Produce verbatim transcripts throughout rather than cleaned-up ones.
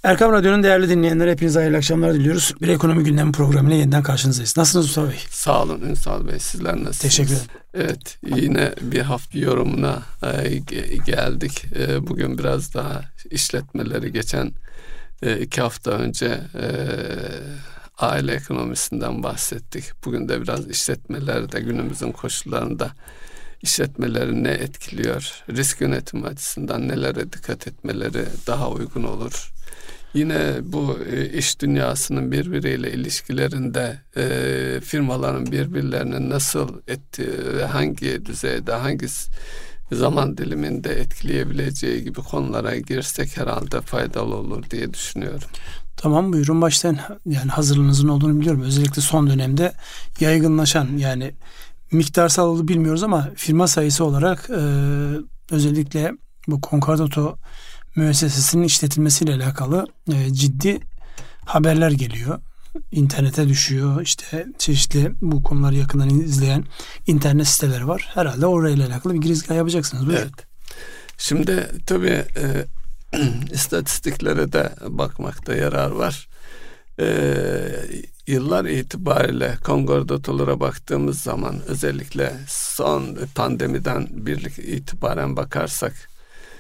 Erkam Radyo'nun değerli dinleyenleri, hepinize hayırlı akşamlar diliyoruz. Bir ekonomi gündemi programıyla yeniden karşınızdayız. Nasılsınız Mustafa Bey? Sağ olun Ünsal Bey, sizler nasılsınız? Teşekkür ederim. Evet, yine bir hafta yorumuna e, geldik. E, bugün biraz daha işletmeleri geçen e, iki hafta önce e, aile ekonomisinden bahsettik. Bugün de biraz işletmeleri de günümüzün koşullarında işletmeleri ne etkiliyor? Risk yönetimi açısından nelere dikkat etmeleri daha uygun olur? Yine bu iş dünyasının birbiriyle ilişkilerinde e, firmaların birbirlerini nasıl etti ve hangi düzeyde, hangi zaman diliminde etkileyebileceği gibi konulara girsek herhalde faydalı olur diye düşünüyorum. Tamam, buyurun başlayın. Yani hazırlığınızın olduğunu biliyorum. Özellikle son dönemde yaygınlaşan, yani miktarsal olduğunu bilmiyoruz ama firma sayısı olarak e, özellikle bu Concordato müessesesinin işletilmesiyle alakalı e, ciddi haberler geliyor. İnternete düşüyor. İşte çeşitli bu konuları yakından izleyen internet siteleri var. Herhalde orayla alakalı bir girizgah yapacaksınız. Buyurun. Evet. Şimdi tabii e, istatistiklere de bakmakta yarar var. E, yıllar itibariyle Concordato'lara baktığımız zaman, özellikle son pandemiden birlikte itibaren bakarsak,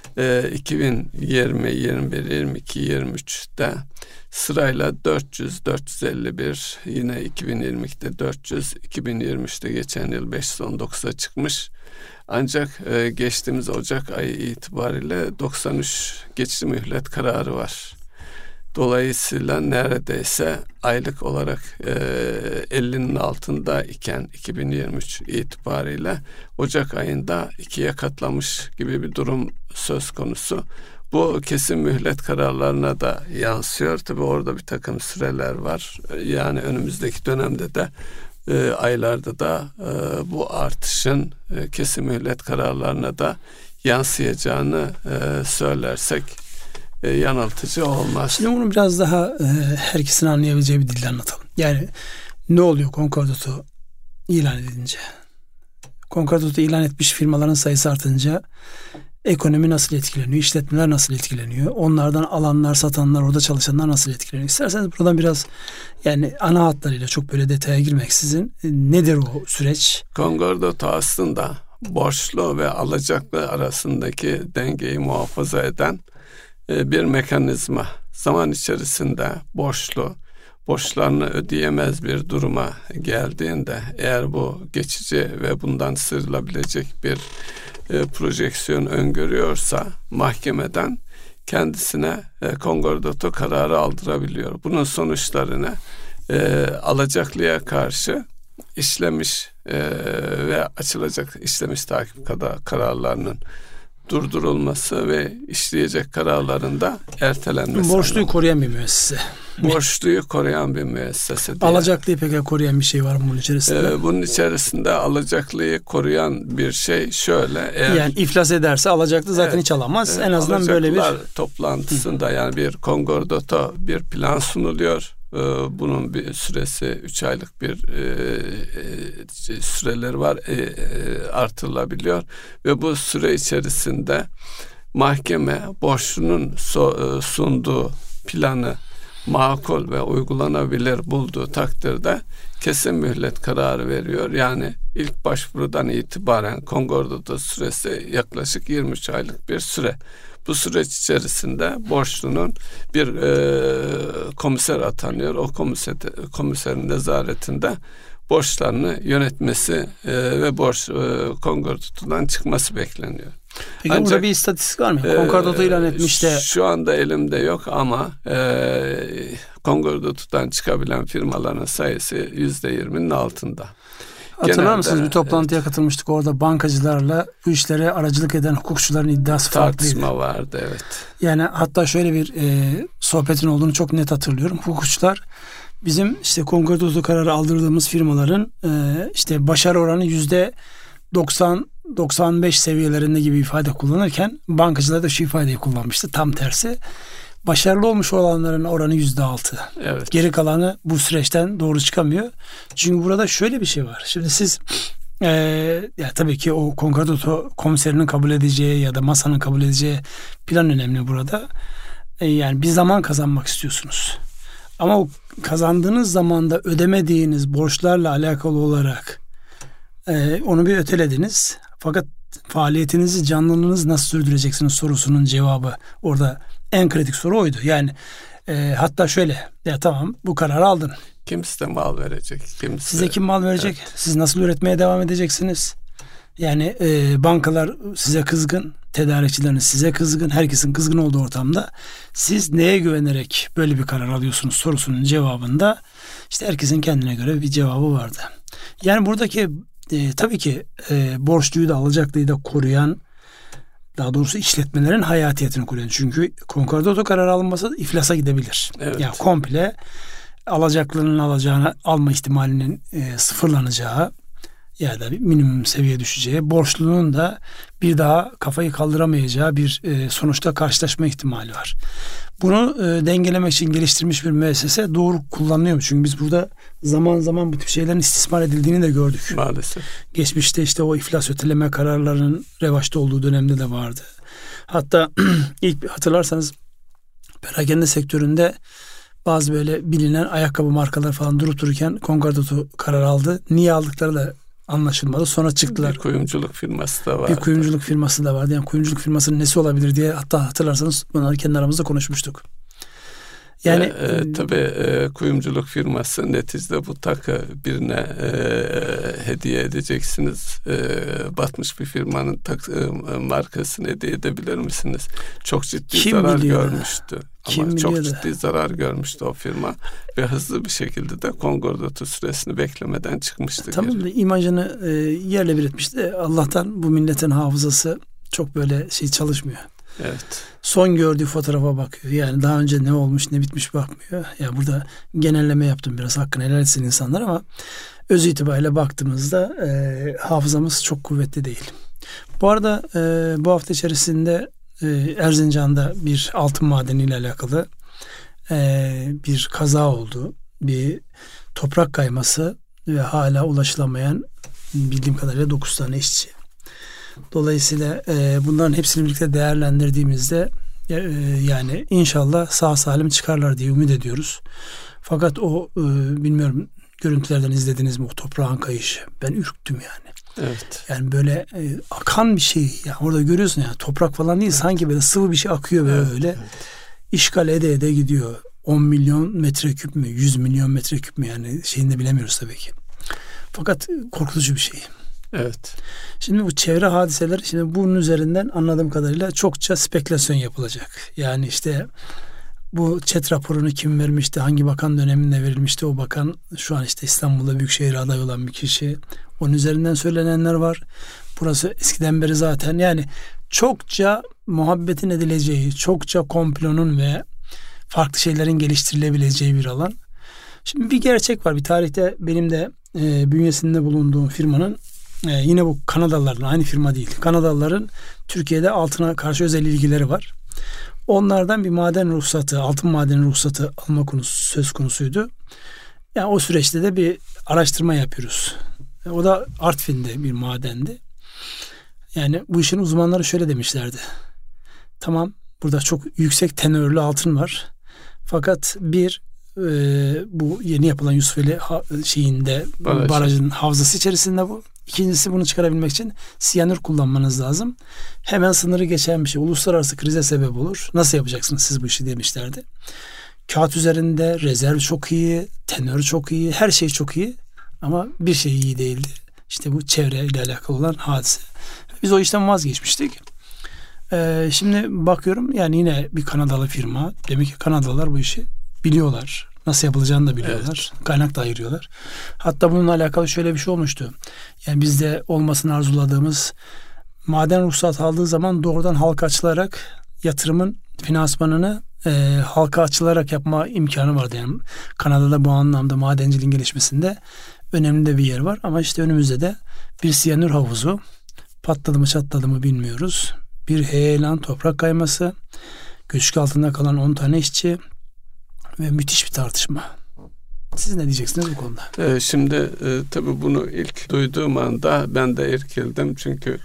iki bin yirmi, yirmi bir, yirmi iki, yirmi üçte sırayla dört yüz, dört yüz elli bir, yine iki bin yirmi ikide dört yüz, iki bin yirmi üçte geçen yıl beş yüz on dokuza çıkmış. Ancak geçtiğimiz Ocak ayı itibariyle doksan üç geçici mühlet kararı var. Dolayısıyla neredeyse aylık olarak e, ellinin altında iken iki bin yirmi üç itibariyle Ocak ayında ikiye katlamış gibi bir durum söz konusu. Bu kesin mühlet kararlarına da yansıyor. Tabii orada bir takım süreler var. Yani önümüzdeki dönemde de e, aylarda da e, bu artışın e, kesin mühlet kararlarına da yansıyacağını e, söylersek E, yanıltıcı olmaz. Şimdi bunu biraz daha e, herkesin anlayabileceği bir dilde anlatalım. Yani ne oluyor Concordato ilan edince? Concordato ilan etmiş firmaların sayısı artınca ekonomi nasıl etkileniyor? İşletmeler nasıl etkileniyor? Onlardan alanlar, satanlar, orada çalışanlar nasıl etkileniyor? İsterseniz buradan biraz, yani ana hatlarıyla, çok böyle detaya girmeksizin, e, nedir o süreç? Concordato aslında borçlu ve alacaklı arasındaki dengeyi muhafaza eden bir mekanizma. Zaman içerisinde borçlu, borçlarını ödeyemez bir duruma geldiğinde, eğer bu geçici ve bundan sıyrılabilecek bir e, projeksiyon öngörüyorsa, mahkemeden kendisine e, Concordato kararı aldırabiliyor. Bunun sonuçlarını e, alacaklıya karşı işlemiş e, ve açılacak işlemiş takip kararlarının durdurulması ve işleyecek kararlarında ertelenmesi. Borçluyu anlamında. koruyan bir müessese. Borçluyu koruyan bir müessese. Alacaklıyı peki koruyan bir şey var mı bunun içerisinde? Ee, bunun içerisinde alacaklıyı koruyan bir şey şöyle. Eğer, yani iflas ederse alacaklı zaten evet, hiç alamaz. Evet, en azından böyle bir toplantısında yani bir Concordato bir plan sunuluyor. Bunun bir süresi üç aylık bir e, e, süreleri var, e, e, artırılabiliyor ve bu süre içerisinde mahkeme borçlunun so, e, sunduğu planı makul ve uygulanabilir bulduğu takdirde kesin mühlet kararı veriyor. Yani ilk başvurudan itibaren Concordato süresi yaklaşık yirmi üç aylık bir süre. Bu süreç içerisinde borçlunun bir e, komiser atanıyor. O komiser, komiserin nezaretinde borçlarını yönetmesi e, ve borç e, Concordato'dan çıkması bekleniyor. Peki ancak, burada bir istatistik var mı? E, Concordato ilan etmiş de. Şu anda elimde yok ama e, Concordato'dan çıkabilen firmaların sayısı yüzde yirminin altında. Hatırlar Genelde, mısınız? Bir toplantıya evet. katılmıştık. Orada bankacılarla bu işlere aracılık eden hukukçuların iddiası farklıydı. Tartışma vardı, evet. Yani hatta şöyle bir e, sohbetin olduğunu çok net hatırlıyorum. Hukukçular bizim işte Concordato kararı aldırdığımız firmaların e, işte başarı oranı yüzde doksan doksan beş seviyelerinde gibi ifade kullanırken bankacılar da şu ifadeyi kullanmıştı. Tam tersi. Başarılı olmuş olanların oranı yüzde altı. Evet. Geri kalanı bu süreçten doğru çıkamıyor. Çünkü burada şöyle bir şey var. Şimdi siz e, ya tabii ki o Concordato komiserinin kabul edeceği ya da masanın kabul edeceği plan önemli burada. E, yani bir zaman kazanmak istiyorsunuz. Ama o kazandığınız zamanda ödemediğiniz borçlarla alakalı olarak e, onu bir ötelediniz. Fakat faaliyetinizi, canlılığınızı nasıl sürdüreceksiniz sorusunun cevabı orada en kritik soru oydu. Yani e, hatta şöyle, ya tamam bu kararı aldın. Kim size mal verecek? Kim size... Size kim mal verecek? Evet. Siz nasıl üretmeye devam edeceksiniz? Yani e, bankalar size kızgın, tedarikçileriniz size kızgın, herkesin kızgın olduğu ortamda siz neye güvenerek böyle bir karar alıyorsunuz sorusunun cevabında işte herkesin kendine göre bir cevabı vardı. Yani buradaki e, tabii ki e, borçluyu da alacaklıyı da koruyan, daha doğrusu işletmelerin hayatiyetini koruyan. Çünkü konkordato kararı alınmasa iflasa gidebilir. Evet. Yani komple alacaklının alacağını alma ihtimalinin e, sıfırlanacağı ya da bir minimum seviyeye düşeceği, borçlunun da bir daha kafayı kaldıramayacağı bir e, sonuçta karşılaşma ihtimali var. Bunu e, dengelemek için geliştirilmiş bir müessese doğru kullanılıyor mu? Çünkü biz burada zaman zaman bu tip şeylerin istismar edildiğini de gördük. Maalesef. Geçmişte işte o iflas öteleme kararlarının revaçta olduğu dönemde de vardı. Hatta ilk hatırlarsanız perakende sektöründe bazı böyle bilinen ayakkabı markaları falan durup dururken konkordato karar aldı. Niye aldıkları da anlaşılmadı. Sonra çıktılar. Bir kuyumculuk firması da vardı. Bir kuyumculuk firması da vardı. Yani kuyumculuk firmasının nesi olabilir diye hatta hatırlarsanız bunları kendi aramızda konuşmuştuk. Yani e, e, tabii e, kuyumculuk firması neticede bu takı birine e, hediye edeceksiniz. E, batmış bir firmanın tak, e, markasını hediye edebilir misiniz? Çok ciddi Kim zarar biliyor? görmüştü. Kim Ama çok biliyor ciddi da? zarar görmüştü o firma ve hızlı bir şekilde de konkordato süresini beklemeden çıkmıştı. Tamam da imajını e, yerle bir etmişti. Allah'tan bu milletin hafızası çok böyle şey çalışmıyor. Evet. Son gördüğü fotoğrafa bakıyor. Yani daha önce ne olmuş ne bitmiş bakmıyor. Ya burada genelleme yaptım biraz, hakkını helal etsin insanlar, ama öz itibariyle baktığımızda e, hafızamız çok kuvvetli değil. Bu arada e, bu hafta içerisinde e, Erzincan'da bir altın madeniyle alakalı e, bir kaza oldu. Bir toprak kayması ve hala ulaşılamayan bildiğim kadarıyla dokuz tane işçi. Dolayısıyla e, bunların hepsini birlikte değerlendirdiğimizde e, yani inşallah sağ salim çıkarlar diye ümit ediyoruz. Fakat o e, bilmiyorum görüntülerden izlediniz mi o toprağın kayışı? Ben ürktüm yani. Evet. Yani böyle e, akan bir şey. Yani orada görüyorsun ya, toprak falan değil, evet. Sanki böyle sıvı bir şey akıyor böyle. Evet, evet. İşgal ede ede gidiyor. on milyon metreküp mü? yüz milyon metreküp mü? Yani şeyini de bilemiyoruz tabii ki. Fakat korkutucu bir şey. Evet. Şimdi bu çevre hadiseleri, şimdi bunun üzerinden anladığım kadarıyla çokça spekülasyon yapılacak. Yani işte bu ÇED raporunu kim vermişti, hangi bakan döneminde verilmişti, o bakan şu an işte İstanbul'da büyükşehir aday olan bir kişi. Onun üzerinden söylenenler var. Burası eskiden beri zaten yani çokça muhabbetin edileceği, çokça komplonun ve farklı şeylerin geliştirilebileceği bir alan. Şimdi bir gerçek var. Bir tarihte benim de e, bünyesinde bulunduğum firmanın e, yine bu Kanadalıların, aynı firma değil, Kanadalıların Türkiye'de altına karşı özel ilgileri var. Onlardan bir maden ruhsatı, altın madeni ruhsatı alma konusu söz konusuydu. Yani o süreçte de bir araştırma yapıyoruz. O da Artvin'de bir madendi. Yani bu işin uzmanları şöyle demişlerdi. Tamam, burada çok yüksek tenörlü altın var. Fakat bir e, bu yeni yapılan Yusufeli ha, şeyinde Baraj. barajın havzası içerisinde bu. İkincisi, bunu çıkarabilmek için siyanür kullanmanız lazım. Hemen sınırı geçen bir şey. Uluslararası krize sebep olur. Nasıl yapacaksınız siz bu işi demişlerdi. Kağıt üzerinde rezerv çok iyi, tenör çok iyi, her şey çok iyi. Ama bir şey iyi değildi. İşte bu çevreyle alakalı olan hadise. Biz o işten vazgeçmiştik. Ee, şimdi bakıyorum yani yine bir Kanadalı firma. Demek ki Kanadalılar bu işi biliyorlar. Nasıl yapılacağını da biliyorlar. Evet. Kaynak da ayırıyorlar. Hatta bununla alakalı şöyle bir şey olmuştu. Yani bizde olmasını arzuladığımız maden ruhsatı aldığı zaman doğrudan halka açılarak yatırımın finansmanını e, halka açılarak yapma imkanı vardı. Yani Kanada'da bu anlamda madenciliğin gelişmesinde önemli de bir yer var. Ama işte önümüzde de bir siyanür havuzu, patladı mı çatladı mı bilmiyoruz. Bir heyelan toprak kayması, göçük altında kalan on tane işçi ve müthiş bir tartışma. Siz ne diyeceksiniz bu konuda? Ee, şimdi e, tabii bunu ilk duyduğum anda ben de irkildim. Çünkü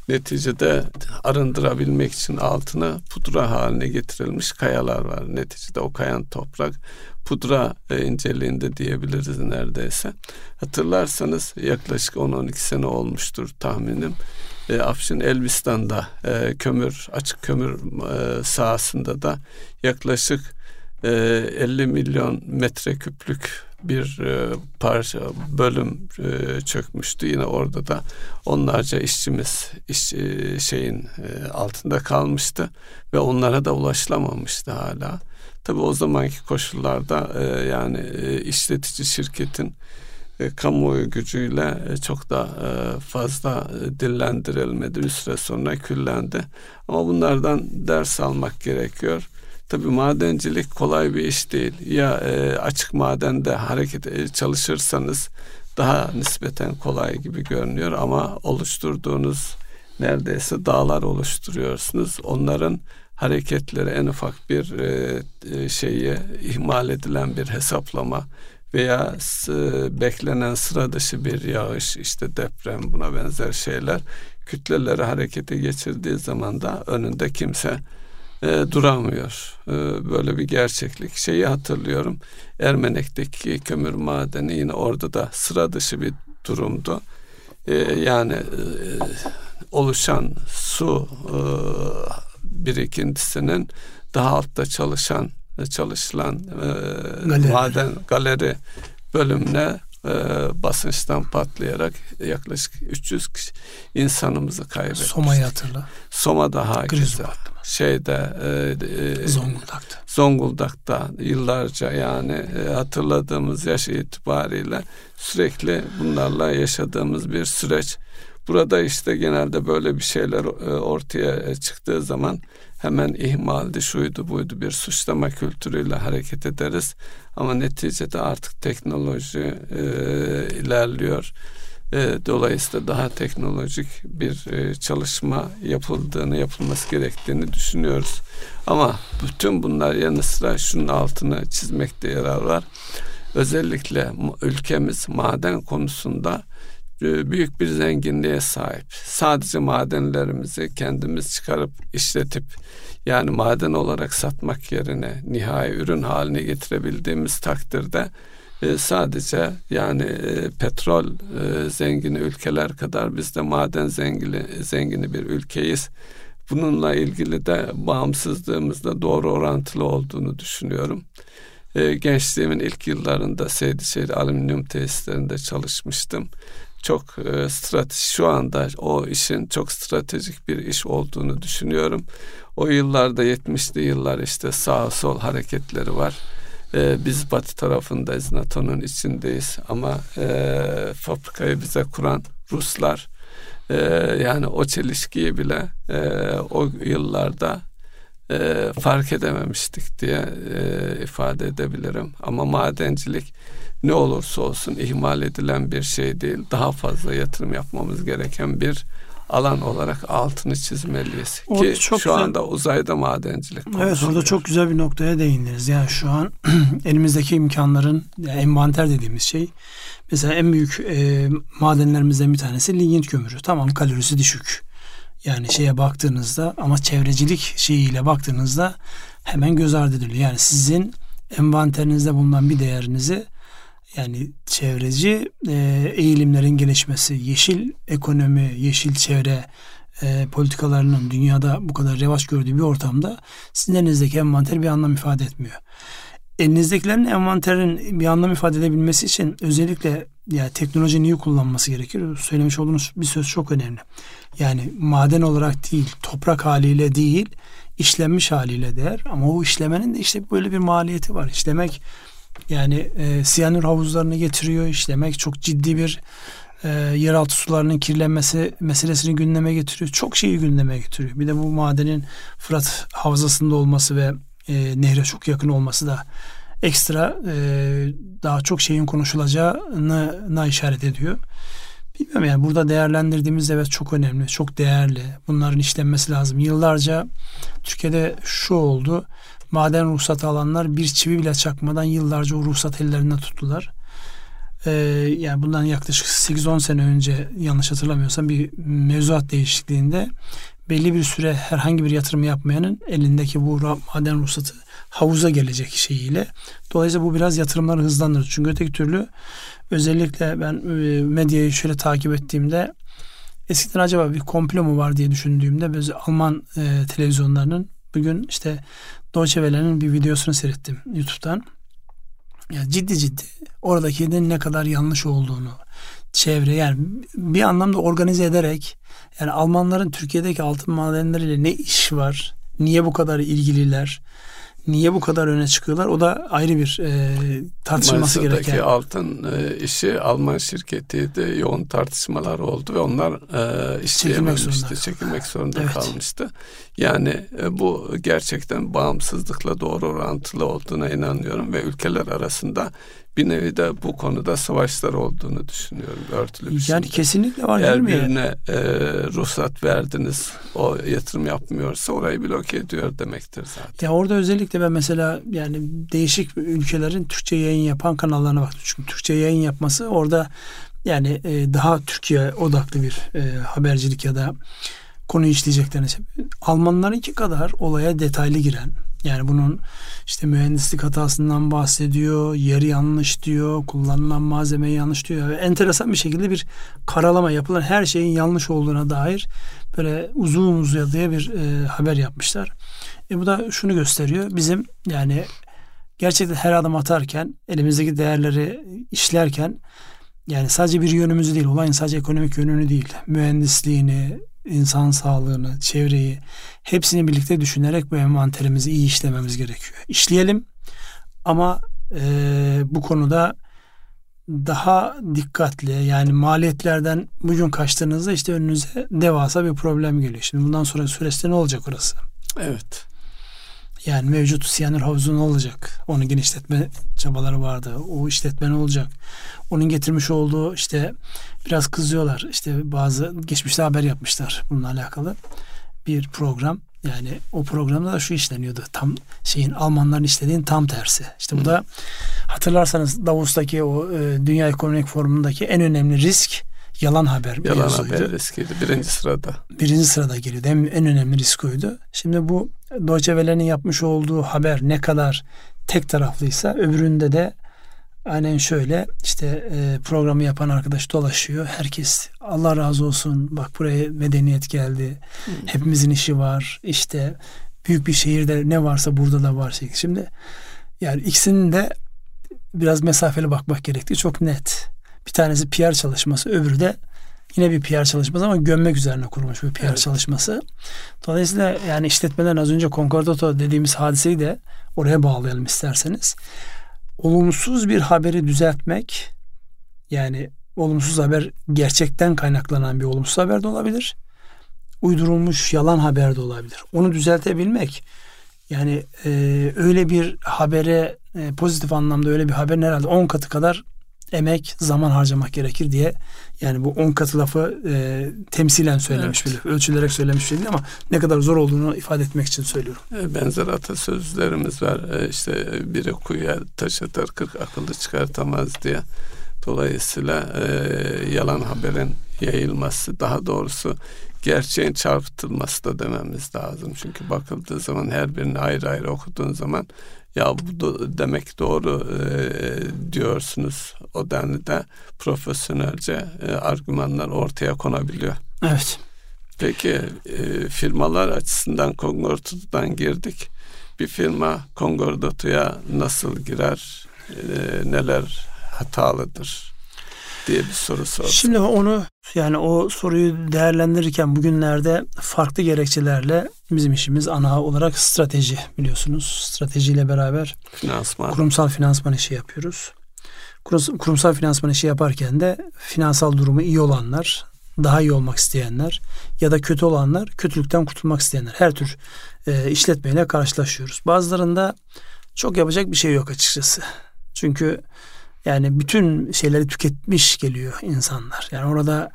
Neticede arındırabilmek için altına pudra haline getirilmiş kayalar var. Neticede o kayan toprak pudra e, inceliğinde diyebiliriz neredeyse. Hatırlarsanız yaklaşık on on iki sene olmuştur tahminim. E, Afşin Elbistan'da e, kömür, açık kömür e, sahasında da yaklaşık e, elli milyon metreküplük bir e, parça bölüm e, çökmüştü. Yine orada da onlarca işçimiz iş, e, şeyin e, altında kalmıştı ve onlara da ulaşılamamıştı hala. Tabii o zamanki koşullarda e, yani e, işletici şirketin e, kamuoyu gücüyle e, çok da e, fazla e, dillendirilmedi. Bir süre sonra küllendi. Ama bunlardan ders almak gerekiyor. Tabii madencilik kolay bir iş değil. Ya e, açık madende hareket e, çalışırsanız daha nispeten kolay gibi görünüyor ama oluşturduğunuz neredeyse dağlar oluşturuyorsunuz. Onların hareketleri en ufak bir e, e, şeyi ihmal edilen bir hesaplama veya e, beklenen sıra dışı bir yağış, işte deprem, buna benzer şeyler kütleleri harekete geçirdiği zaman da önünde kimse E, duramıyor. E, böyle bir gerçeklik. Şeyi hatırlıyorum. Ermenek'teki kömür madeni yine orada da sıra dışı bir durumdu. E, yani e, oluşan su e, birikintisinin daha altta çalışan çalışılan e, galeri. maden galeri bölümüne e, basınçtan patlayarak yaklaşık üç yüz kişi insanımızı kaybettik. Soma'yı hatırla. Soma'da hakeza. Şeyde e, e, Zonguldak'ta. Zonguldak'ta yıllarca yani e, hatırladığımız yaş itibariyle sürekli bunlarla yaşadığımız bir süreç. Burada işte genelde böyle bir şeyler e, ortaya çıktığı zaman hemen ihmaldi, şuydu buydu bir suçlama kültürüyle hareket ederiz. Ama neticede artık teknoloji e, ilerliyor. E, dolayısıyla daha teknolojik bir e, çalışma yapıldığını, yapılması gerektiğini düşünüyoruz. Ama bütün bunlar yanı sıra şunun altını çizmekte yarar var. Özellikle ülkemiz maden konusunda e, büyük bir zenginliğe sahip. Sadece madenlerimizi kendimiz çıkarıp işletip yani maden olarak satmak yerine nihai ürün haline getirebildiğimiz takdirde E, sadece yani e, petrol e, zengini ülkeler kadar biz de maden zengini, zengini bir ülkeyiz. Bununla ilgili de bağımsızlığımızda doğru orantılı olduğunu düşünüyorum. E, gençliğimin ilk yıllarında Seydişehir alüminyum tesislerinde çalışmıştım. Çok e, strateji, şu anda o işin çok stratejik bir iş olduğunu düşünüyorum. O yıllarda yetmişli yıllar işte sağ sol hareketleri var. Ee, biz batı tarafındayız, NATO'nun içindeyiz ama e, fabrikayı bize kuran Ruslar e, yani o çelişkiyi bile e, o yıllarda e, fark edememiştik diye e, ifade edebilirim. Ama madencilik ne olursa olsun ihmal edilen bir şey değil. Daha fazla yatırım yapmamız gereken bir alan olarak altını çizmeliyiz. O ki şu güzel. Anda uzayda madencilik konuşuluyor. Evet, orada çok güzel bir noktaya değindiniz. Yani şu an elimizdeki imkanların yani envanter dediğimiz şey, mesela en büyük e, madenlerimizden bir tanesi lignit kömürü. Tamam, kalorisi düşük. Yani şeye baktığınızda ama çevrecilik şeyiyle baktığınızda hemen göz ardı ediliyor. Yani sizin envanterinizde bulunan bir değerinizi, yani çevreci e, eğilimlerin gelişmesi, yeşil ekonomi, yeşil çevre e, politikalarının dünyada bu kadar revaç gördüğü bir ortamda sizin elinizdeki envanter bir anlam ifade etmiyor. Elinizdekilerin envanterin bir anlam ifade edebilmesi için özellikle yani teknolojinin iyi kullanması gerekiyor. Söylemiş olduğunuz bir söz çok önemli. Yani maden olarak değil, toprak haliyle değil, işlenmiş haliyle değer. Ama o işlemenin de işte böyle bir maliyeti var. İşlemek yani e, siyanür havuzlarını getiriyor. İşlemek çok ciddi bir e, yeraltı sularının kirlenmesi meselesini gündeme getiriyor. Çok şeyi gündeme getiriyor. Bir de bu madenin Fırat Havzası'nda olması ve e, nehre çok yakın olması da ekstra e, daha çok şeyin konuşulacağına işaret ediyor. Bilmiyorum, yani burada değerlendirdiğimiz evet çok önemli, çok değerli. Bunların işlenmesi lazım. Yıllarca Türkiye'de şu oldu. Maden ruhsatı alanlar bir çivi bile çakmadan yıllarca o ruhsat ellerinde tuttular. Ee, yani bundan yaklaşık sekiz on sene önce yanlış hatırlamıyorsam bir mevzuat değişikliğinde belli bir süre herhangi bir yatırım yapmayanın elindeki bu maden ruhsatı havuza gelecek şeyiyle. Dolayısıyla bu biraz yatırımları hızlandırır. Çünkü öteki türlü özellikle ben medyayı şöyle takip ettiğimde eskiden acaba bir komplo mu var diye düşündüğümde böyle Alman e, televizyonlarının bugün işte Deutsche Welle'nin bir videosunu seyrettim YouTube'dan. Yani ciddi ciddi oradaki de ne kadar yanlış olduğunu, çevre yani bir anlamda organize ederek, yani Almanların Türkiye'deki altın madenleriyle ne iş var, niye bu kadar ilgililer, niye bu kadar öne çıkıyorlar, o da ayrı bir e, tartışılması Manisa'daki gereken. altın e, işi Alman şirketiydi, yoğun tartışmalar oldu ve onlar e, işleyememişti, çekilmek zorunda, çekilmek zorunda evet. kalmıştı. Yani e, bu gerçekten bağımsızlıkla doğru orantılı olduğuna inanıyorum ve ülkeler arasında bir nevi de bu konuda savaşlar olduğunu düşünüyorum, örtülü bir Yani şey. kesinlikle var. Eğer birine e, ruhsat verdiniz, o yatırım yapmıyorsa orayı bloke ediyor demektir zaten. Ya orada özellikle ben mesela yani değişik ülkelerin Türkçe yayın yapan kanallarına baktım. Çünkü Türkçe yayın yapması orada yani e, daha Türkiye odaklı bir e, habercilik ya da konuyu işleyeceklerine. Almanlarınki kadar olaya detaylı giren, yani bunun işte mühendislik hatasından bahsediyor, yeri yanlış diyor, kullanılan malzemeyi yanlış diyor ve enteresan bir şekilde bir karalama, yapılan her şeyin yanlış olduğuna dair böyle uzun uzadıya bir e, haber yapmışlar. E bu da şunu gösteriyor. Bizim yani gerçekten her adım atarken, elimizdeki değerleri işlerken yani sadece bir yönümüzü değil, olayın sadece ekonomik yönünü değil, mühendisliğini, insan sağlığını, çevreyi hepsini birlikte düşünerek bu envanterimizi iyi işlememiz gerekiyor. İşleyelim ama e, bu konuda daha dikkatli, yani maliyetlerden bugün kaçtığınızda işte önünüze devasa bir problem geliyor. Şimdi bundan sonra süreçte ne olacak orası? Evet. Yani mevcut siyanür havuzu ne olacak? Onu genişletme çabaları vardı. O işletme ne olacak? Onun getirmiş olduğu işte biraz kızıyorlar. İşte bazı geçmişte haber yapmışlar bununla alakalı bir program. Yani o programda da şu işleniyordu. Tam şeyin Almanların işlediğin tam tersi. İşte bu da hatırlarsanız Davos'taki o e, Dünya Ekonomik Forumu'ndaki en önemli risk yalan haber. Yalan mevzuydu. Haber riskiydi. Birinci sırada. Birinci sırada geliyordu. En, en önemli risk oydu. Şimdi bu Deutsche Welle'nin yapmış olduğu haber ne kadar tek taraflıysa öbüründe de aynen şöyle işte e, programı yapan arkadaş dolaşıyor. Herkes Allah razı olsun, bak buraya medeniyet geldi. Hmm. Hepimizin işi var. İşte büyük bir şehirde ne varsa burada da var. Şimdi yani ikisinin de biraz mesafeli bakmak gerektiği çok net. Bir tanesi P R çalışması, öbürü de yine bir P R çalışması ama gömmek üzerine kurulmuş bir P R evet. çalışması. Dolayısıyla yani işletmeden az önce Concordato dediğimiz hadiseyi de oraya bağlayalım isterseniz. Olumsuz bir haberi düzeltmek, yani olumsuz haber gerçekten kaynaklanan bir olumsuz haber de olabilir. Uydurulmuş yalan haber de olabilir. Onu düzeltebilmek, yani e, öyle bir habere e, pozitif anlamda öyle bir haberin herhalde on katı kadar emek, zaman harcamak gerekir diye, yani bu on katı lafı e, temsilen söylemiş evet. bile, ölçülerek söylemiş bile ama ne kadar zor olduğunu ifade etmek için söylüyorum. Benzer atasözlerimiz var. İşte biri kuyuya taş atar, kırk akıllı çıkartamaz diye. Dolayısıyla e, yalan haberin yayılması, daha doğrusu gerçeğin çarpıtılması da dememiz lazım. Çünkü bakıldığı zaman her birini ayrı ayrı okuduğun zaman ya bu da demek doğru e, diyorsunuz. O denli de profesyonelce e, argümanlar ortaya konabiliyor. Evet. Peki e, firmalar açısından Congordato'dan girdik. Bir firma Congordato'ya nasıl girer? E, neler hatalıdır diye bir soru sordum. Şimdi onu, yani o soruyu değerlendirirken bugünlerde farklı gerekçelerle bizim işimiz ana olarak strateji, biliyorsunuz. Stratejiyle beraber finansman. kurumsal finansman işi yapıyoruz. Kurumsal finansman işi yaparken de finansal durumu iyi olanlar, daha iyi olmak isteyenler ya da kötü olanlar, kötülükten kurtulmak isteyenler, her tür e, işletmeyle karşılaşıyoruz. Bazılarında çok yapacak bir şey yok açıkçası. Çünkü yani bütün şeyleri tüketmiş geliyor insanlar. Yani orada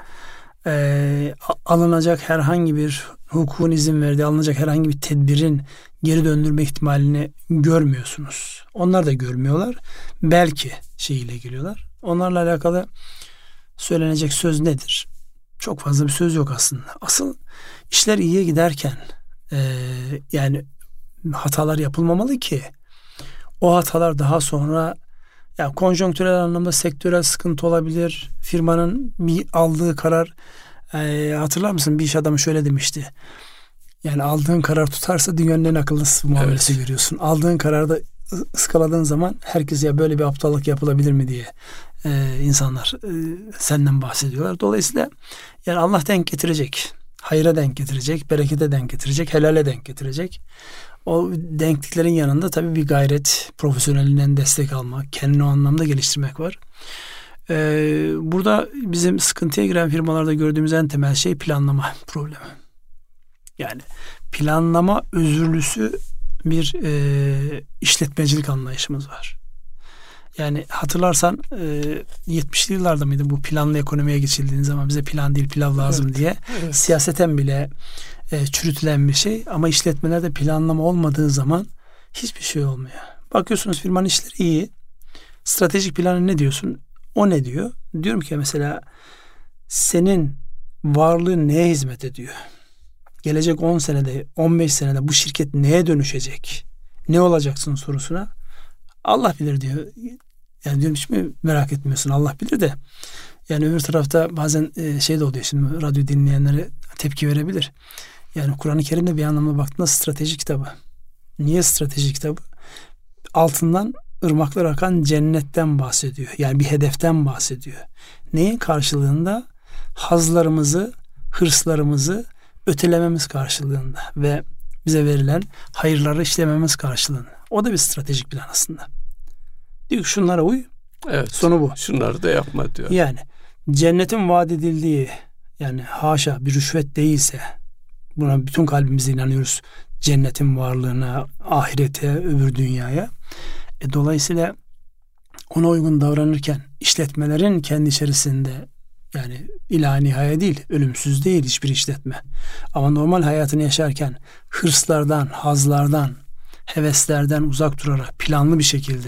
e, alınacak herhangi bir hukukun izin verdiği, alınacak herhangi bir tedbirin geri döndürme ihtimalini görmüyorsunuz. Onlar da görmüyorlar. Belki şeyiyle geliyorlar. Onlarla alakalı söylenecek söz nedir? Çok fazla bir söz yok aslında. Asıl işler iyiye giderken e, yani hatalar yapılmamalı ki o hatalar daha sonra ya konjonktürel anlamda sektörel sıkıntı olabilir. Firmanın bir aldığı karar e, hatırlar mısın? Bir iş adamı şöyle demişti. Yani aldığın karar tutarsa dünyanın en akıllısı muamelesi evet. görüyorsun. Aldığın kararda ıskaladığın zaman herkes ya böyle bir aptallık yapılabilir mi diye e, insanlar e, senden bahsediyorlar. Dolayısıyla yani Allah denk getirecek. Hayra denk getirecek, berekete denk getirecek, helale denk getirecek. O denkliklerin yanında tabii bir gayret, profesyonelinden destek almak, kendini o anlamda geliştirmek var. Ee, burada bizim sıkıntıya giren firmalarda gördüğümüz en temel şey planlama problemi. Yani planlama özürlüsü bir e, işletmecilik anlayışımız var. Yani hatırlarsan e, yetmişli yıllarda mıydı bu planlı ekonomiye geçildiğiniz zaman bize plan değil pilav lazım evet, diye evet. siyaseten bile e, çürütülen bir şey ama işletmelerde planlama olmadığı zaman hiçbir şey olmuyor. Bakıyorsunuz firmanın işleri iyi. Stratejik planı ne diyorsun? O ne diyor? Diyorum ki mesela senin varlığın neye hizmet ediyor? Gelecek on senede, on beş senede bu şirket neye dönüşecek? Ne olacaksın sorusuna Allah bilir diyor. Yani diyorum hiç mi merak etmiyorsun? Allah bilir de. Yani öbür tarafta bazen e, şey de oluyor şimdi radyo dinleyenlere tepki verebilir. Yani Kur'an-ı Kerim'de bir anlamda baktığında strateji kitabı. Niye strateji kitabı? Altından ırmaklar akan cennetten bahsediyor. Yani bir hedeften bahsediyor. Neyin karşılığında? Hazlarımızı, hırslarımızı ötelememiz karşılığında ve bize verilen hayırları işlememiz karşılığında. O da bir stratejik plan aslında. Diyor ki şunlara uy. Evet. Sonu bu. Şunları da yapma diyor. Yani cennetin vaat edildiği yani haşa bir rüşvet değilse buna bütün kalbimizle inanıyoruz. Cennetin varlığına, ahirete, öbür dünyaya. E, dolayısıyla ona uygun davranırken işletmelerin kendi içerisinde yani ilahi nihaya değil, ölümsüz değil hiçbir işletme. Ama normal hayatını yaşarken hırslardan, hazlardan, heveslerden uzak durarak planlı bir şekilde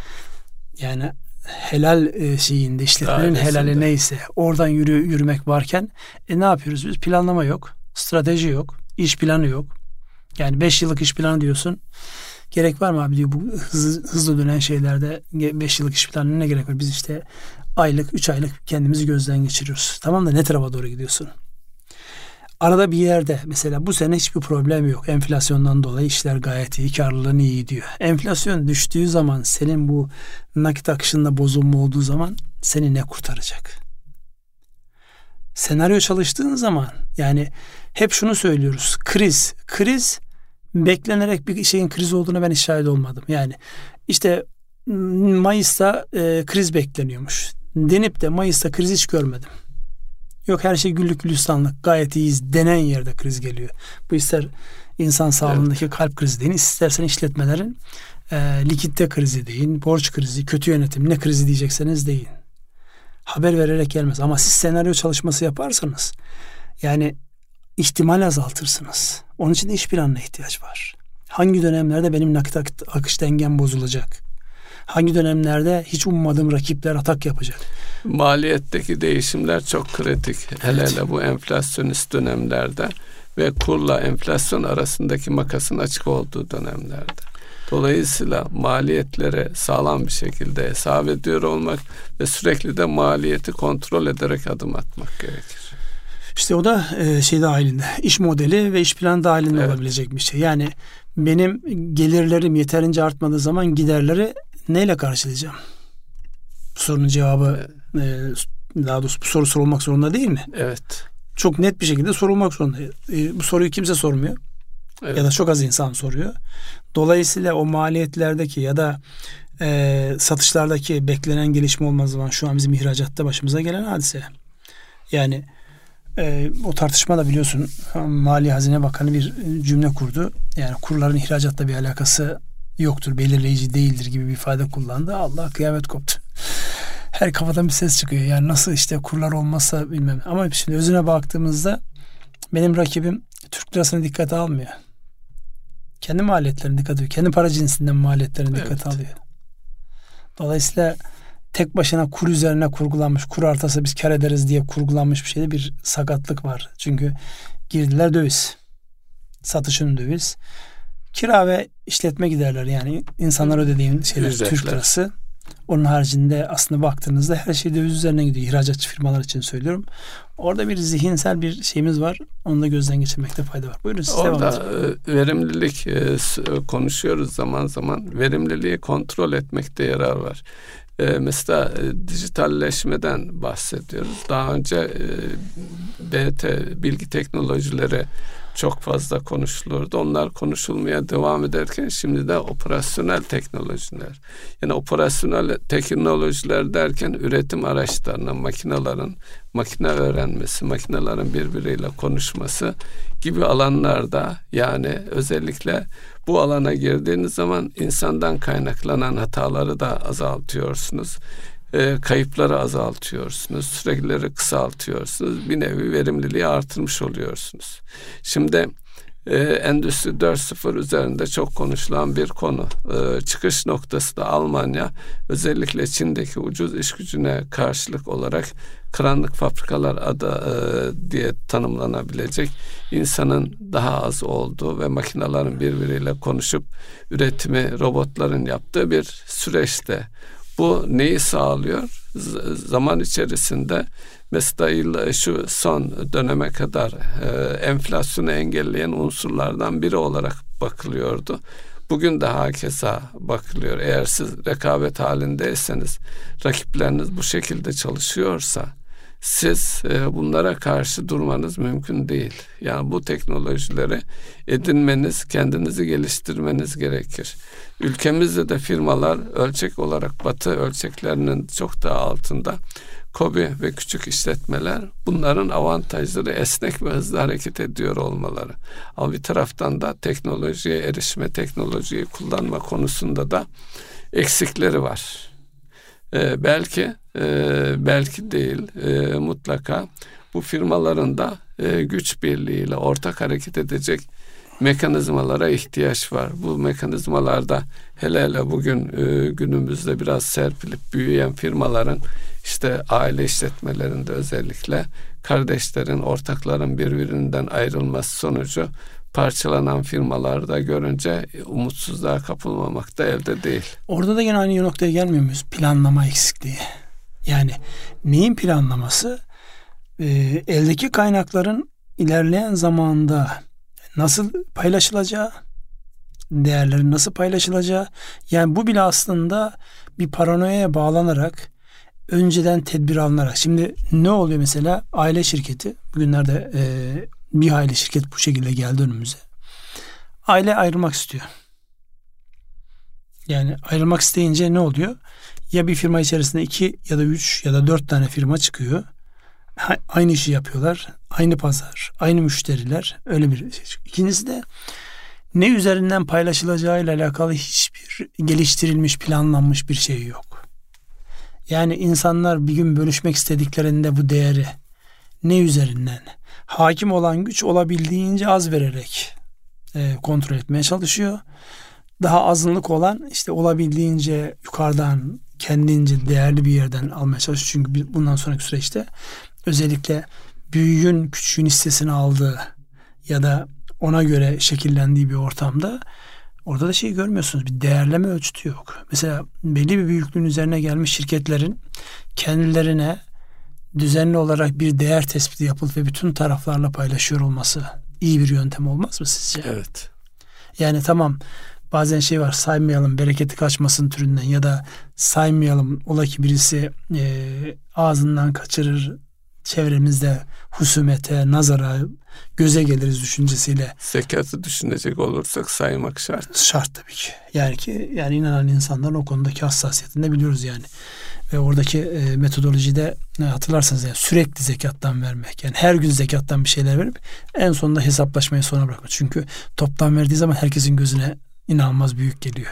yani helal şeyinde işletmenin helali neyse oradan yürü, yürümek varken e ne yapıyoruz biz? Planlama yok, strateji yok, iş planı yok. Yani beş yıllık iş planı diyorsun. Gerek var mı abi diyor bu hızlı, hızlı dönen şeylerde beş yıllık iş planına ne gerek var? Biz işte aylık, üç aylık kendimizi gözden geçiriyoruz. Tamam da ne tarafa doğru gidiyorsun? Arada bir yerde mesela bu sene hiçbir problem yok. Enflasyondan dolayı işler gayet iyi, karlılığın iyi gidiyor. Enflasyon düştüğü zaman senin bu nakit akışında bozulma olduğu zaman seni ne kurtaracak? Senaryo çalıştığın zaman yani hep şunu söylüyoruz. Kriz, kriz beklenerek bir şeyin kriz olduğuna ben hiç şahit olmadım. Yani işte Mayıs'ta e, kriz bekleniyormuş. Denip de Mayıs'ta kriz hiç görmedim. Yok her şey güllük gülistanlık gayet iyiyiz denen yerde kriz geliyor. Bu ister insan sağlığındaki evet. kalp krizi deyin, istersen işletmelerin e, likitte krizi deyin, borç krizi, kötü yönetim ne krizi diyecekseniz deyin. Haber vererek gelmez ama siz senaryo çalışması yaparsanız yani ihtimal azaltırsınız. Onun için de iş planına ihtiyaç var. Hangi dönemlerde benim nakit akış dengem bozulacak? Hangi dönemlerde hiç ummadığım rakipler atak yapacak? Maliyetteki değişimler çok kritik. Hele evet. hele bu enflasyonist dönemlerde ve kurla enflasyon arasındaki makasın açık olduğu dönemlerde. Dolayısıyla maliyetlere sağlam bir şekilde hesap ediyor olmak ve sürekli de maliyeti kontrol ederek adım atmak gerekir. İşte o da e, şey dahilinde, iş modeli ve iş planı dahilinde evet. olabilecek bir şey. Yani benim gelirlerim yeterince artmadığı zaman giderleri neyle karşılayacağım? Bu sorunun cevabı evet. e, daha doğrusu bu soru sorulmak zorunda değil mi? Evet. Çok net bir şekilde sorulmak zorunda. E, bu soruyu kimse sormuyor. Evet. Ya da çok az insan soruyor. Dolayısıyla o maliyetlerdeki ya da e, satışlardaki beklenen gelişme olmaz zaman şu an bizim ihracatta başımıza gelen hadise. Yani e, o tartışma da biliyorsun Mali Hazine Bakanı bir cümle kurdu. Yani kurların ihracatla bir alakası yoktur, belirleyici değildir gibi bir ifade kullandı. Allah kıyamet koptu. Her kafadan bir ses çıkıyor. Yani nasıl işte kurlar olmazsa bilmem. Ama şimdi özüne baktığımızda benim rakibim Türk lirasını dikkate almıyor. Kendi maliyetlerini dikkate alıyor. Kendi para cinsinden maliyetlerini evet. dikkate alıyor. Dolayısıyla tek başına kur üzerine kurgulanmış, kur artası biz kar ederiz diye kurgulanmış bir şeyde bir sakatlık var. Çünkü girdiler döviz. Satışın döviz. Kira ve işletme giderleri, yani insanlar ödediğin şeyler, Ücretler. Türk lirası. Onun haricinde aslında baktığınızda her şey döviz üzerine gidiyor. İhracatçı firmalar için söylüyorum. Orada bir zihinsel bir şeyimiz var. Onu da gözden geçirmekte fayda var. Buyurun siz devam edin. Orada verimlilik konuşuyoruz zaman zaman. Verimliliği kontrol etmekte yarar var. Ee, mesela e, dijitalleşmeden bahsediyoruz. Daha önce e, B T, bilgi teknolojileri çok fazla konuşulurdu. Onlar konuşulmaya devam ederken şimdi de operasyonel teknolojiler. Yani operasyonel teknolojiler derken üretim araçlarına, makinelerin, makine öğrenmesi, makinelerin birbiriyle konuşması gibi alanlarda, yani özellikle bu alana girdiğiniz zaman insandan kaynaklanan hataları da azaltıyorsunuz. E, kayıpları azaltıyorsunuz. Süreleri kısaltıyorsunuz. Bir nevi verimliliği artırmış oluyorsunuz. Şimdi e, Endüstri dört nokta sıfır üzerinde çok konuşulan bir konu. E, çıkış noktası da Almanya. Özellikle Çin'deki ucuz iş gücüne karşılık olarak karanlık fabrikalar adı e, diye tanımlanabilecek insanın daha az olduğu ve makinelerin birbiriyle konuşup üretimi robotların yaptığı bir süreçte. Bu neyi sağlıyor? Z- zaman içerisinde mesela şu son döneme kadar e, enflasyonu engelleyen unsurlardan biri olarak bakılıyordu. Bugün de hakeza bakılıyor. Eğer siz rekabet halindeyseniz, rakipleriniz bu şekilde çalışıyorsa, siz e, bunlara karşı durmanız mümkün değil. Yani bu teknolojileri edinmeniz, kendinizi geliştirmeniz gerekir. Ülkemizde de firmalar ölçek olarak Batı ölçeklerinin çok daha altında. KOBİ ve küçük işletmeler, bunların avantajları esnek ve hızlı hareket ediyor olmaları. Ama bir taraftan da teknolojiye erişme, teknolojiyi kullanma konusunda da eksikleri var. Ee, belki e, belki değil e, mutlaka bu firmaların da e, güç birliğiyle ortak hareket edecek mekanizmalara ihtiyaç var. Bu mekanizmalarda hele hele bugün e, günümüzde biraz serpilip büyüyen firmaların, işte aile işletmelerinde özellikle kardeşlerin, ortakların birbirinden ayrılması sonucu parçalanan firmalarda görünce umutsuzluğa kapılmamak da elde değil. Orada da yine aynı noktaya gelmiyor muyuz? Planlama eksikliği. Yani neyin planlaması? Ee, eldeki kaynakların ilerleyen zamanda nasıl paylaşılacağı, değerlerin nasıl paylaşılacağı. Yani bu bile aslında bir paranoyaya bağlanarak, önceden tedbir alınarak. Şimdi ne oluyor mesela? Aile şirketi. Bugünlerde e, bir aile şirket bu şekilde geldi önümüze. Aile ayrılmak istiyor. Yani ayrılmak isteyince ne oluyor? Ya bir firma içerisinde iki ya da üç ya da dört tane firma çıkıyor. Aynı işi yapıyorlar. Aynı pazar, aynı müşteriler. Öyle bir şey. İkincisi de ne üzerinden paylaşılacağıyla alakalı hiçbir geliştirilmiş, planlanmış bir şey yok. Yani insanlar bir gün bölüşmek istediklerinde bu değeri ne üzerinden? Hakim olan güç olabildiğince az vererek e, kontrol etmeye çalışıyor. Daha azınlık olan işte olabildiğince yukarıdan, kendince değerli bir yerden almaya çalışıyor. Çünkü bundan sonraki süreçte özellikle büyüğün küçüğün hissesini aldığı ya da ona göre şekillendiği bir ortamda orada da şey görmüyorsunuz. Bir değerleme ölçütü yok. Mesela belli bir büyüklüğün üzerine gelmiş şirketlerin kendilerine düzenli olarak bir değer tespiti yapılıp ve bütün taraflarla paylaşıyor olması iyi bir yöntem olmaz mı sizce? Evet. Yani tamam, bazen şey var, saymayalım bereketi kaçmasın türünden ya da saymayalım ola ki birisi e, ağzından kaçırır, çevremizde husumete, nazara, göze geliriz düşüncesiyle. Zekatı düşünecek olursak saymak şart. Şart tabii ki. Yani ki yani inanan insanların o konudaki hassasiyetini de biliyoruz yani. Ve oradaki e, metodolojide e, hatırlarsanız yani sürekli zekattan vermek. Yani her gün zekattan bir şeyler verip en sonunda hesaplaşmayı sona bırakmak. Çünkü toptan verdiği zaman herkesin gözüne inanılmaz büyük geliyor.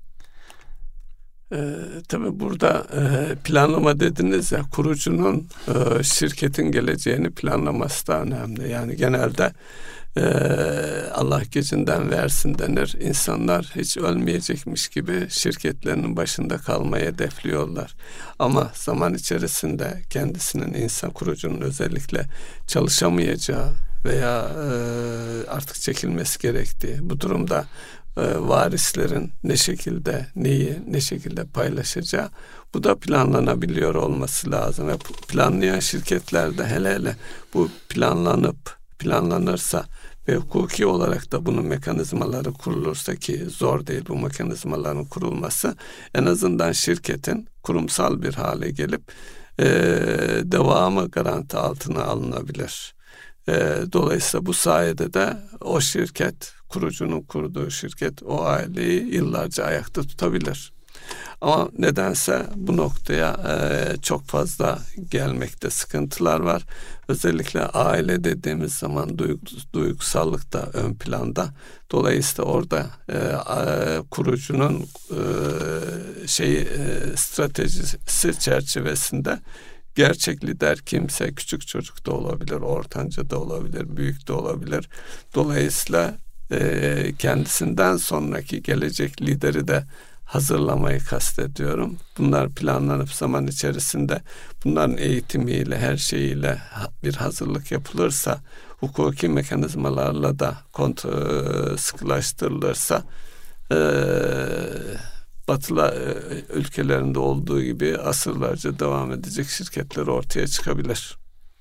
Ee, tabii burada e, planlama dediniz ya, kurucunun e, şirketin geleceğini planlaması da önemli. Yani genelde Ee, Allah gecinden versin denir. İnsanlar hiç ölmeyecekmiş gibi şirketlerinin başında kalmayı hedefliyorlar. Ama zaman içerisinde kendisinin, insan kurucunun özellikle çalışamayacağı veya e, artık çekilmesi gerektiği, bu durumda e, varislerin ne şekilde, neyi ne şekilde paylaşacağı, bu da planlanabiliyor olması lazım. Ve planlayan şirketlerde hele hele bu planlanıp planlanırsa ve hukuki olarak da bunun mekanizmaları kurulursa, ki zor değil bu mekanizmaların kurulması, en azından şirketin kurumsal bir hale gelip e, devamı garanti altına alınabilir. E, dolayısıyla bu sayede de o şirket, kurucunun kurduğu şirket o aileyi yıllarca ayakta tutabilir. Ama nedense bu noktaya e, çok fazla gelmekte sıkıntılar var. Özellikle aile dediğimiz zaman duygus, duygusallık da ön planda. Dolayısıyla orada e, e, kurucunun e, şeyi e, stratejisi çerçevesinde gerçek lider kimse, küçük çocuk da olabilir, ortanca da olabilir, büyük de olabilir. Dolayısıyla e, kendisinden sonraki gelecek lideri de hazırlamayı kastediyorum. Bunlar planlanıp zaman içerisinde bunların eğitimiyle, her şeyiyle bir hazırlık yapılırsa, hukuki mekanizmalarla da kontrol sıkılaştırılırsa, e, Batılı e, ülkelerinde olduğu gibi asırlarca devam edecek şirketler ortaya çıkabilir.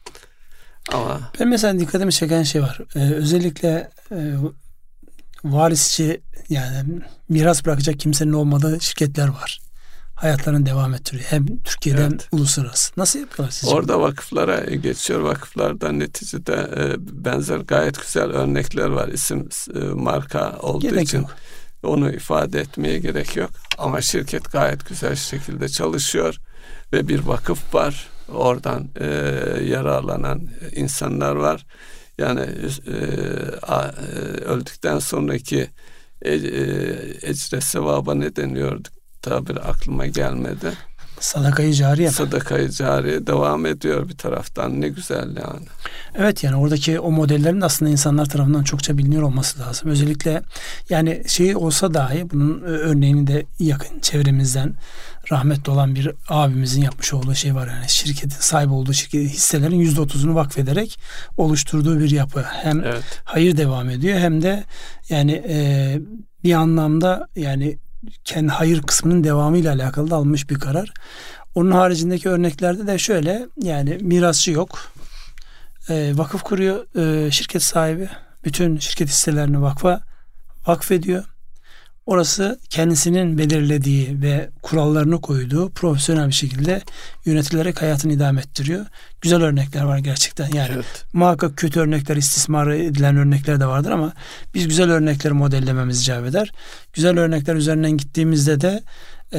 Ama ben mesela dikkatimi çeken şey var. Ee, özellikle e, varisçi, yani miras bırakacak kimsenin olmadığı şirketler var. Hayatlarını devam ettiriyor. Hem Türkiye'den evet. uluslararası. Nasıl yapıyorlar sizce? Orada vakıflara geçiyor. Vakıflarda neticede e, benzer gayet güzel örnekler var. İsim e, marka olduğu gerek için yok. Onu ifade etmeye gerek yok. Ama şirket gayet güzel şekilde çalışıyor ve bir vakıf var. Oradan e, yararlanan insanlar var. Yani e, a, e, öldükten sonraki e, e, ecre sevaba ne deniyordu? Tabir aklıma gelmedi. Sadakayı cariye. Sadakayı cariye devam ediyor bir taraftan. Ne güzel yani. Evet, yani oradaki o modellerin aslında insanlar tarafından çokça biliniyor olması lazım. Özellikle yani şey olsa dahi, bunun örneğini de yakın çevremizden rahmetli olan bir abimizin yapmış olduğu şey var. Yani şirketin sahibi olduğu şirketin hisselerin yüzde otuzunu vakfederek oluşturduğu bir yapı. Hem evet. hayır devam ediyor, hem de yani e, bir anlamda yani kendi hayır kısmının devamıyla alakalı da alınmış bir karar. Onun haricindeki örneklerde de şöyle, yani mirasçı yok. E, vakıf kuruyor e, şirket sahibi. Bütün şirket hisselerini vakfa vakfediyor. Orası kendisinin belirlediği ve kurallarını koyduğu profesyonel bir şekilde yönetilerek hayatını idame ettiriyor. Güzel örnekler var gerçekten. Yani evet. muhakkak kötü örnekler, istismar edilen örnekler de vardır ama biz güzel örnekleri modellememiz icap eder. Güzel örnekler üzerinden gittiğimizde de e,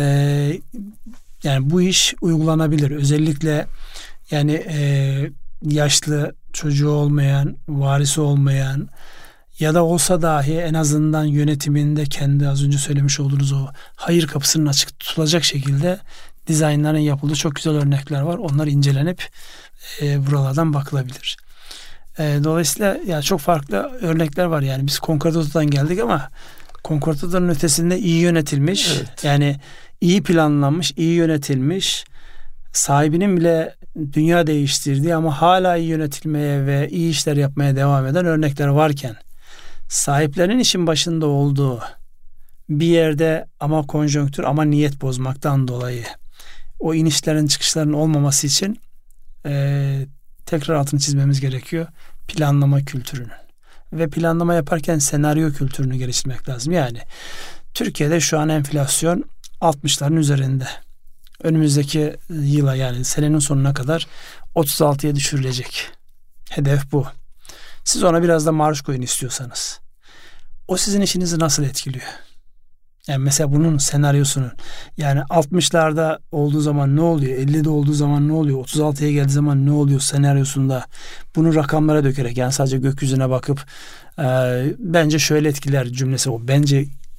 yani bu iş uygulanabilir. Özellikle yani e, yaşlı, çocuğu olmayan, varisi olmayan ya da olsa dahi en azından yönetiminde kendi az önce söylemiş olduğunuz o hayır kapısının açık tutulacak şekilde dizaynların yapıldığı çok güzel örnekler var. Onlar incelenip e, buralardan bakılabilir. E, dolayısıyla ya çok farklı örnekler var. Yani biz Concordata'dan geldik ama Concordata'nın ötesinde iyi yönetilmiş, evet. yani iyi planlanmış, iyi yönetilmiş, sahibinin bile dünya değiştirdiği ama hala iyi yönetilmeye ve iyi işler yapmaya devam eden örnekler varken, sahiplerin işin başında olduğu bir yerde ama konjonktür ama niyet bozmaktan dolayı o inişlerin çıkışların olmaması için e, tekrar altını çizmemiz gerekiyor. Planlama kültürünün ve planlama yaparken senaryo kültürünü geliştirmek lazım. Yani Türkiye'de şu an enflasyon altmışların üzerinde. Önümüzdeki yıla, yani senenin sonuna kadar otuz altıya düşürülecek. Hedef bu. Siz ona biraz da marj koyun istiyorsanız. O sizin işinizi nasıl etkiliyor? Yani mesela bunun senaryosunun, yani altmışlarda olduğu zaman ne oluyor? ellide olduğu zaman ne oluyor? otuz altıya geldiği zaman ne oluyor senaryosunda? Bunu rakamlara dökerek, yani sadece gökyüzüne bakıp e, bence şöyle etkiler cümlesi o. Bence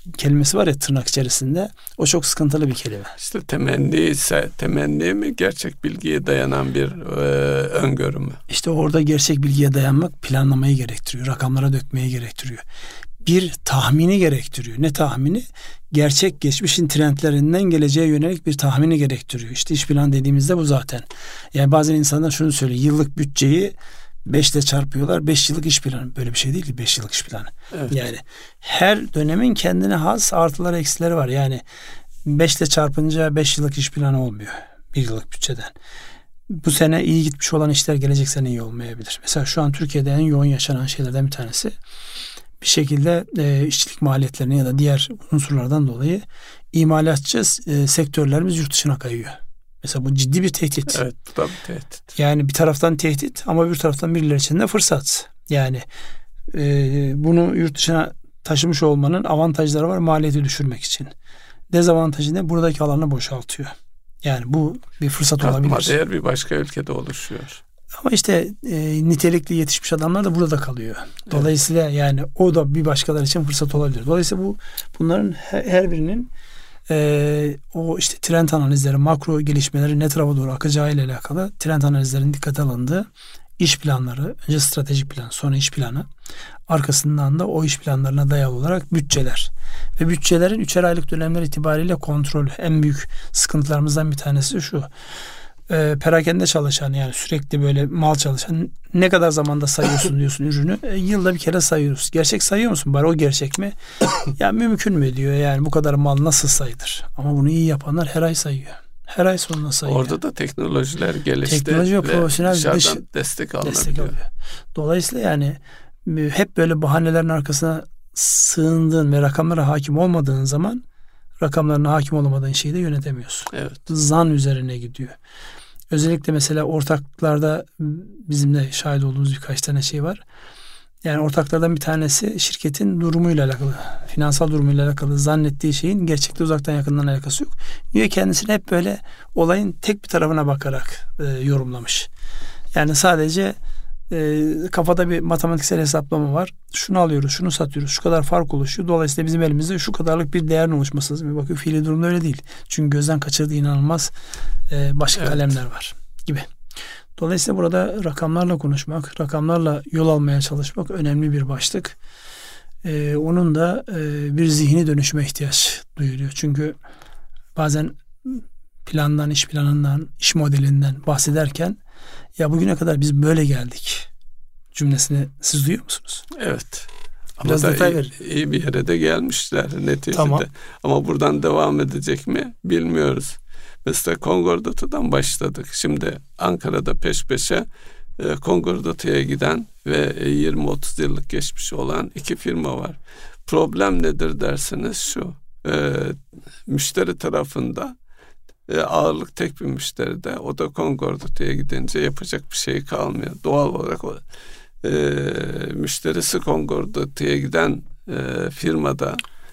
kelimesi var ya tırnak içerisinde. O çok sıkıntılı bir kelime. İşte temenni ise temenni mi, gerçek bilgiye dayanan bir e, öngörü mü? İşte orada gerçek bilgiye dayanmak planlamayı gerektiriyor. Rakamlara dökmeyi gerektiriyor. Bir tahmini gerektiriyor. Ne tahmini? Gerçek geçmişin trendlerinden geleceğe yönelik bir tahmini gerektiriyor. İşte iş planı dediğimizde bu zaten. Yani bazen insanlar şunu söylüyor. Yıllık bütçeyi beş ile çarpıyorlar. beş yıllık iş planı. Böyle bir şey değil ki beş yıllık iş planı. Evet. Yani her dönemin kendine has artıları eksileri var. Yani beş ile çarpınca beş yıllık iş planı olmuyor. bir yıllık bütçeden. Bu sene iyi gitmiş olan işler gelecek sene iyi olmayabilir. Mesela şu an Türkiye'de en yoğun yaşanan şeylerden bir tanesi. Bir şekilde e, işçilik maliyetlerine ya da diğer unsurlardan dolayı imalatçı e, sektörlerimiz yurt dışına kayıyor. Mesela bu ciddi bir tehdit. Evet, tabii tehdit. Yani bir taraftan tehdit ama bir taraftan birileri için de fırsat. Yani e, bunu yurt dışına taşımış olmanın avantajları var maliyeti düşürmek için. Dezavantajı ne? Buradaki alanı boşaltıyor. Yani bu bir fırsat Katma olabilir. Katma değer bir başka ülkede oluşuyor. Ama işte e, nitelikli yetişmiş adamlar da burada kalıyor. Dolayısıyla evet. Yani o da bir başkaları için fırsat olabilir. Dolayısıyla bu bunların her, her birinin e, o işte trend analizleri, makro gelişmeleri ne tarafa doğru akacağı ile alakalı trend analizlerinin dikkate alındığı iş planları, önce stratejik plan, sonra iş planı, arkasından da o iş planlarına dayalı olarak bütçeler ve bütçelerin üçer aylık dönemler itibariyle kontrolü. En büyük sıkıntılarımızdan bir tanesi şu. E, perakende çalışan yani sürekli böyle mal çalışan ne kadar zamanda sayıyorsun diyorsun ürünü. E, yılda bir kere sayıyoruz. Gerçek sayıyor musun? Bari o gerçek mi? Ya mümkün mü diyor yani bu kadar mal nasıl sayılır? Ama bunu iyi yapanlar her ay sayıyor. Her ay sonuna sayıyor. Orada da teknolojiler gelişti. Teknoloji ve profesyonel dışarıdan dış, destek alınabiliyor. Destek alıyor. Dolayısıyla yani hep böyle bahanelerin arkasına sığındığın ve rakamlara hakim olmadığın zaman rakamlarına hakim olamadığın şeyi de yönetemiyorsun. Evet. Zan üzerine gidiyor. Özellikle mesela ortaklarda bizim de şahit olduğumuz birkaç tane şey var. Yani ortaklardan bir tanesi şirketin durumuyla alakalı, finansal durumuyla alakalı zannettiği şeyin gerçekte uzaktan yakından alakası yok. Niye kendisini hep böyle olayın tek bir tarafına bakarak e, yorumlamış. Yani sadece e, kafada bir matematiksel hesaplama var. Şunu alıyoruz, şunu satıyoruz, şu kadar fark oluşuyor. Dolayısıyla bizim elimizde şu kadarlık bir değerin oluşması lazım. Bir bakıyor fiili durumda öyle değil. Çünkü gözden kaçırdığı inanılmaz e, başka evet. kalemler var gibi. Dolayısıyla burada rakamlarla konuşmak, rakamlarla yol almaya çalışmak önemli bir başlık. Ee, onun da e, bir zihni dönüşüme ihtiyaç duyuluyor. Çünkü bazen plandan, iş planından, iş modelinden bahsederken ya bugüne kadar biz böyle geldik cümlesini siz duyuyor musunuz? Evet. Biraz Ama detay iyi, verin. iyi bir yere de gelmişler neticede. Tamam. Ama buradan devam edecek mi bilmiyoruz. Mesela Kongordatı'dan başladık. Şimdi Ankara'da peş peşe e, Kongordatı'ya giden ve yirmi otuz yıllık geçmiş olan iki firma var. Problem nedir derseniz şu. E, müşteri tarafında e, ağırlık tek bir müşteride. O da Kongordatı'ya gidince yapacak bir şey kalmıyor. Doğal olarak o e, müşterisi Kongordatı'ya giden e, firmada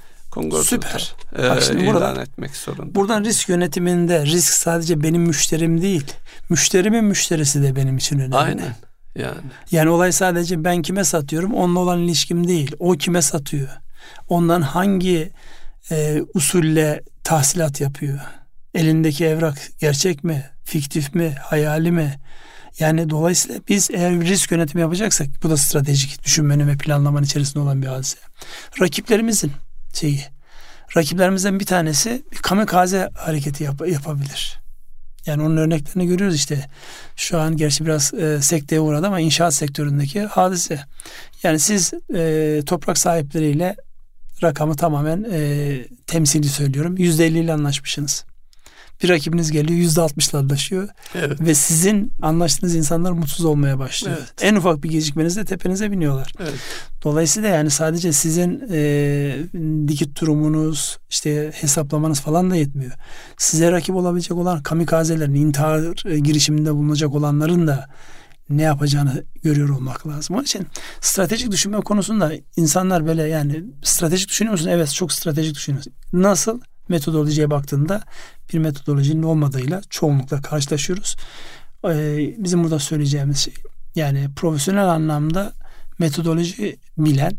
Süper. E, Bak şimdi ilan buradan, etmek zorunda. Buradan risk yönetiminde risk sadece benim müşterim değil. Müşterimin müşterisi de benim için önemli. Aynen. Yani. Yani olay sadece ben kime satıyorum onunla olan ilişkim değil. O kime satıyor? Ondan hangi e, usulle tahsilat yapıyor? Elindeki evrak gerçek mi? Fiktif mi? Hayali mi? Yani dolayısıyla biz eğer bir risk yönetimi yapacaksak bu da stratejik düşünmenin ve planlamanın içerisinde olan bir hadise. Rakiplerimizin şeyi. Rakiplerimizden bir tanesi bir kamikaze hareketi yap- yapabilir. Yani onun örneklerini görüyoruz işte. Şu an gerçi biraz e, sekteye uğradı ama inşaat sektöründeki hadise. Yani siz e, toprak sahipleriyle rakamı tamamen e, temsili söylüyorum. yüzde elli ile anlaşmışsınız. Bir rakibiniz geliyor yüzde altmışla anlaşıyor. Evet. Ve sizin anlaştığınız insanlar mutsuz olmaya başlıyor. Evet. En ufak bir gecikmenizde tepenize biniyorlar. Evet. Dolayısıyla yani sadece sizin e, dikit durumunuz, işte hesaplamanız falan da yetmiyor. Size rakip olabilecek olan kamikazelerin, intihar e, girişiminde bulunacak olanların da ne yapacağını görüyor olmak lazım. Onun için stratejik düşünme konusunda insanlar böyle yani stratejik düşünüyor musun? Evet, çok stratejik düşünüyorsun. Nasıl? Metodolojiye baktığında bir metodolojinin olmadığıyla çoğunlukla karşılaşıyoruz. Ee, bizim burada söyleyeceğimiz şey yani profesyonel anlamda metodoloji bilen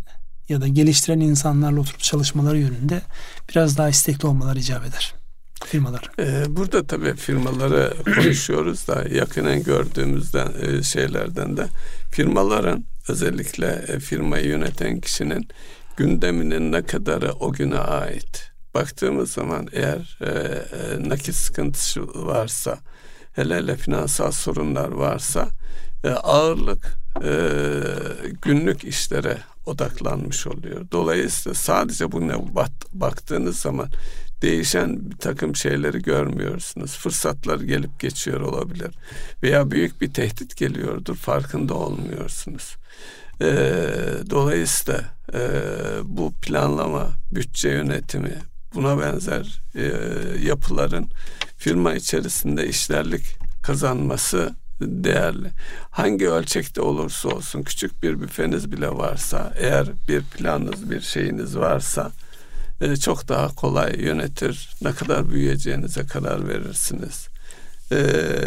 ya da geliştiren insanlarla oturup çalışmaları yönünde biraz daha istekli olmaları icap eder firmalar. Ee, burada tabii firmaları konuşuyoruz da yakinen gördüğümüzden e, şeylerden de firmaların özellikle e, firmayı yöneten kişinin gündeminin ne kadarı o güne ait. Baktığımız zaman eğer e, e, nakit sıkıntısı varsa, hele hele finansal sorunlar varsa e, ağırlık e, günlük işlere odaklanmış oluyor. Dolayısıyla sadece buna bak- baktığınız zaman değişen bir takım şeyleri görmüyorsunuz. Fırsatlar gelip geçiyor olabilir. Veya büyük bir tehdit geliyordur, farkında olmuyorsunuz. E, dolayısıyla e, bu planlama, bütçe yönetimi, buna benzer e, yapıların firma içerisinde işlerlik kazanması değerli. Hangi ölçekte olursa olsun, küçük bir büfeniz bile varsa, eğer bir planınız, bir şeyiniz varsa e, çok daha kolay yönetir. Ne kadar büyüyeceğinize karar verirsiniz. E,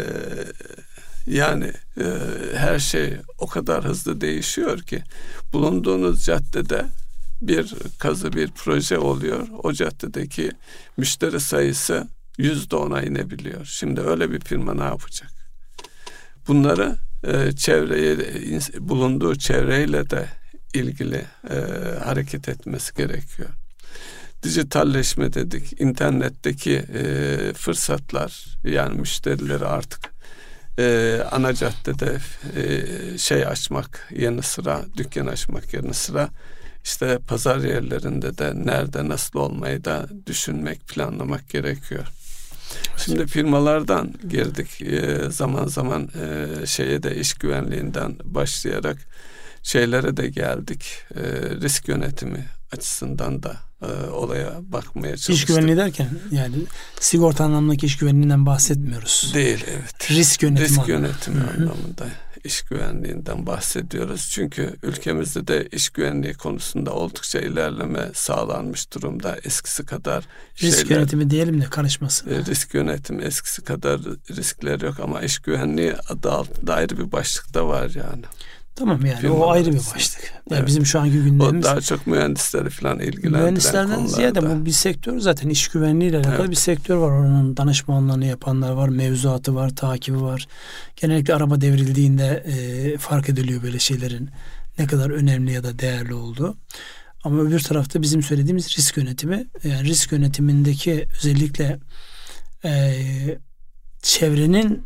yani e, her şey o kadar hızlı değişiyor ki bulunduğunuz caddede bir kazı, bir proje oluyor. O caddedeki müşteri sayısı yüzde ona inebiliyor. Şimdi öyle bir firma ne yapacak? Bunları e, çevreye, bulunduğu çevreyle de ilgili e, hareket etmesi gerekiyor. Dijitalleşme dedik. İnternetteki e, fırsatlar, yani müşterileri artık e, ana caddede e, şey açmak yanı sıra, dükkan açmak yanı sıra işte pazar yerlerinde de nerede nasıl olmayı da düşünmek, planlamak gerekiyor. Şimdi firmalardan girdik. E, zaman zaman e, şeye de iş güvenliğinden başlayarak şeylere de geldik. E, risk yönetimi açısından da e, olaya bakmaya çalıştık. İş güvenliği derken yani sigorta anlamındaki iş güvenliğinden bahsetmiyoruz. Değil, evet. Risk yönetimi, risk anlamında. yönetimi anlamında iş güvenliğinden bahsediyoruz. Çünkü ülkemizde de iş güvenliği konusunda oldukça ilerleme sağlanmış durumda. Eskisi kadar risk şeyler, yönetimi diyelim de karışmasın. e, risk yönetimi eskisi kadar riskler yok ama iş güvenliği adı altında ayrı bir başlıkta var yani. Tamam, yani firmalar o ayrı bir arasında. başlık. Yani Evet. bizim şu anki gündemimiz. O daha çok mühendisleri falan ilgilendiren Mühendislerden konularda. ziyade bu bir sektör, zaten iş güvenliği ile alakalı Evet. bir sektör var. Onun danışmanlığını yapanlar var, mevzuatı var, takibi var. Genellikle araba devrildiğinde e, fark ediliyor böyle şeylerin ne kadar önemli ya da değerli olduğu. Ama öbür tarafta bizim söylediğimiz risk yönetimi. Yani risk yönetimindeki özellikle e, çevrenin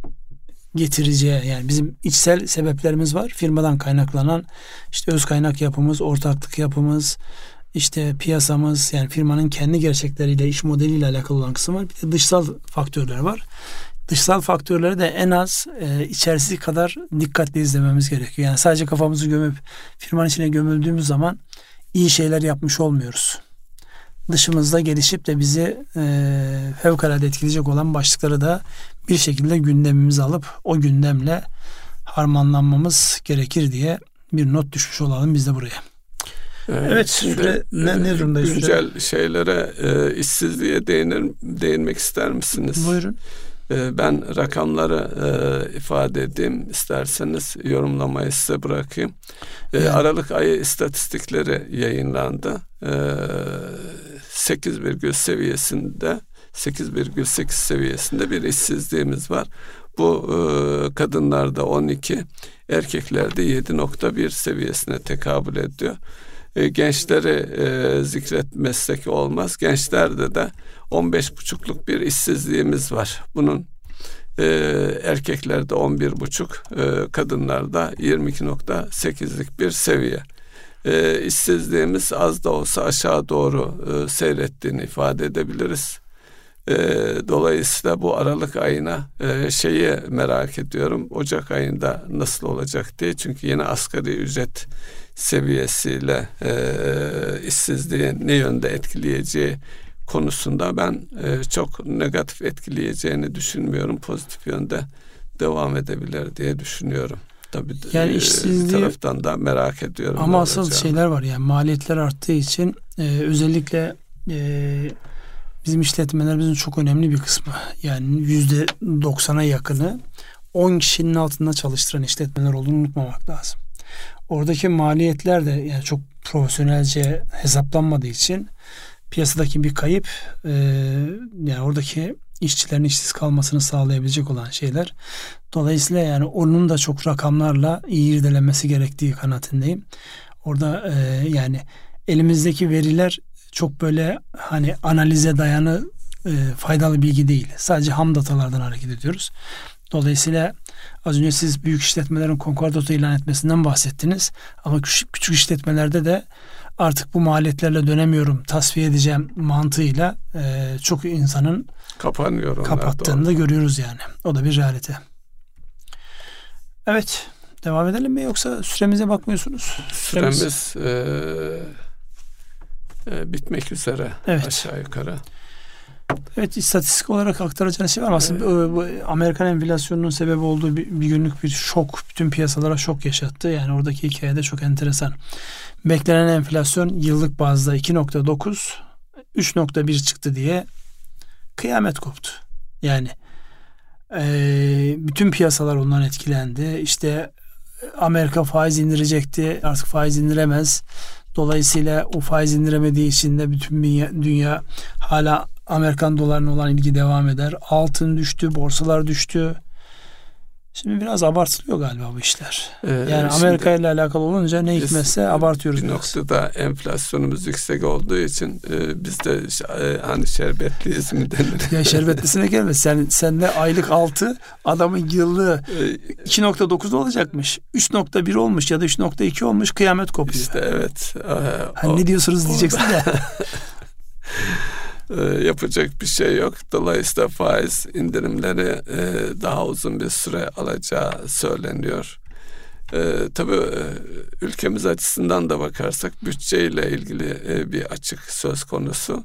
getireceği, yani bizim içsel sebeplerimiz var. Firmadan kaynaklanan işte öz kaynak yapımız, ortaklık yapımız, işte piyasamız, yani firmanın kendi gerçekleriyle, iş modeliyle alakalı olan kısım var. Bir de dışsal faktörler var. Dışsal faktörleri de en az e, içerisi kadar dikkatli izlememiz gerekiyor. Yani sadece kafamızı gömüp firmanın içine gömüldüğümüz zaman iyi şeyler yapmış olmuyoruz. Dışımızda gelişip de bizi e, fevkalade etkileyecek olan başlıkları da bir şekilde gündemimize alıp o gündemle harmanlanmamız gerekir diye bir not düşmüş olalım biz de buraya. Evet, Evet, şimdi, süre, ne, ne durumdayız? Güncel süre? şeylere, e, işsizliğe değinir, değinmek ister misiniz? Buyurun. E, ben rakamları e, ifade edeyim. İsterseniz yorumlamayı size bırakayım. E, Evet. Aralık ayı istatistikleri yayınlandı. E, sekiz virgül seviyesinde sekiz virgül sekiz seviyesinde bir işsizliğimiz var. Bu e, kadınlarda on iki, erkeklerde yedi nokta bir seviyesine tekabül ediyor. E, gençleri e, zikretmezsek olmaz. Gençlerde de on beş buçukluk bir işsizliğimiz var. Bunun e, erkeklerde on bir buçuk, e, kadınlarda yirmi iki nokta sekizlik bir seviye. E, işsizliğimiz az da olsa aşağı doğru e, seyrettiğini ifade edebiliriz. E, dolayısıyla bu Aralık ayına e, şeyi merak ediyorum. Ocak ayında nasıl olacak diye. Çünkü yine asgari ücret seviyesiyle e, işsizliği ne yönde etkileyeceği konusunda ben e, çok negatif etkileyeceğini düşünmüyorum. Pozitif yönde devam edebilir diye düşünüyorum. Tabii yani e, işsizliği, bir taraftan da merak ediyorum. ama asıl şeyler var, yani maliyetler arttığı için e, özellikle e, bizim işletmelerimizin çok önemli bir kısmı, yani yüzde doksana yakını on kişinin altında çalıştıran işletmeler olduğunu unutmamak lazım. oradaki maliyetler de yani çok profesyonelce hesaplanmadığı için piyasadaki bir kayıp e, yani oradaki işçilerin işsiz kalmasını sağlayabilecek olan şeyler. Dolayısıyla yani onun da çok rakamlarla iyi irdelenmesi gerektiği kanaatindeyim. Orada e, yani elimizdeki veriler çok böyle hani analize dayanı e, faydalı bilgi değil. Sadece ham datalardan hareket ediyoruz. Dolayısıyla az önce siz büyük işletmelerin konkordato ilan etmesinden bahsettiniz. Ama küçük, küçük işletmelerde de artık bu maliyetlerle dönemiyorum, tasfiye edeceğim mantığıyla e, çok insanın kapanıyor, kapattığını da görüyoruz yani. O da bir realite. Evet. Devam edelim mi yoksa süremize bakmıyorsunuz? Süremiz, Süremiz e, e, bitmek üzere, evet. Aşağı yukarı. Evet, istatistik olarak aktaracağınız şey var mı? Aslında evet. bu Amerikan enflasyonunun sebebi olduğu bir, bir günlük bir şok, bütün piyasalara şok yaşattı. Yani oradaki hikaye de çok enteresan. Beklenen enflasyon yıllık bazda iki nokta dokuz, üç nokta bir çıktı diye kıyamet koptu. Yani e, bütün piyasalar ondan etkilendi. İşte Amerika faiz indirecekti, artık faiz indiremez. Dolayısıyla o faiz indiremediği için de bütün dünya, dünya hala Amerikan dolarına olan ilgi devam eder. Altın düştü, borsalar düştü. Şimdi biraz abartılıyor galiba bu işler. Ee, yani Amerika ile alakalı olunca ne hikmetse abartıyoruz. Bir biraz. noktada enflasyonumuz yüksek olduğu için e, biz de e, hani şerbetliyiz mi denir? Ya şerbetlisine gelmez. Sen, sen de aylık altı, adamın yıllığı iki nokta dokuz olacakmış. üç nokta bir olmuş ya da üç nokta iki olmuş, kıyamet kopuyor. İşte evet. E, hani o, ne diyorsunuz o, diyeceksin de. Yapacak bir şey yok. Dolayısıyla faiz indirimleri daha uzun bir süre alacağı söyleniyor. Tabii ülkemiz açısından da bakarsak bütçeyle ilgili bir açık söz konusu.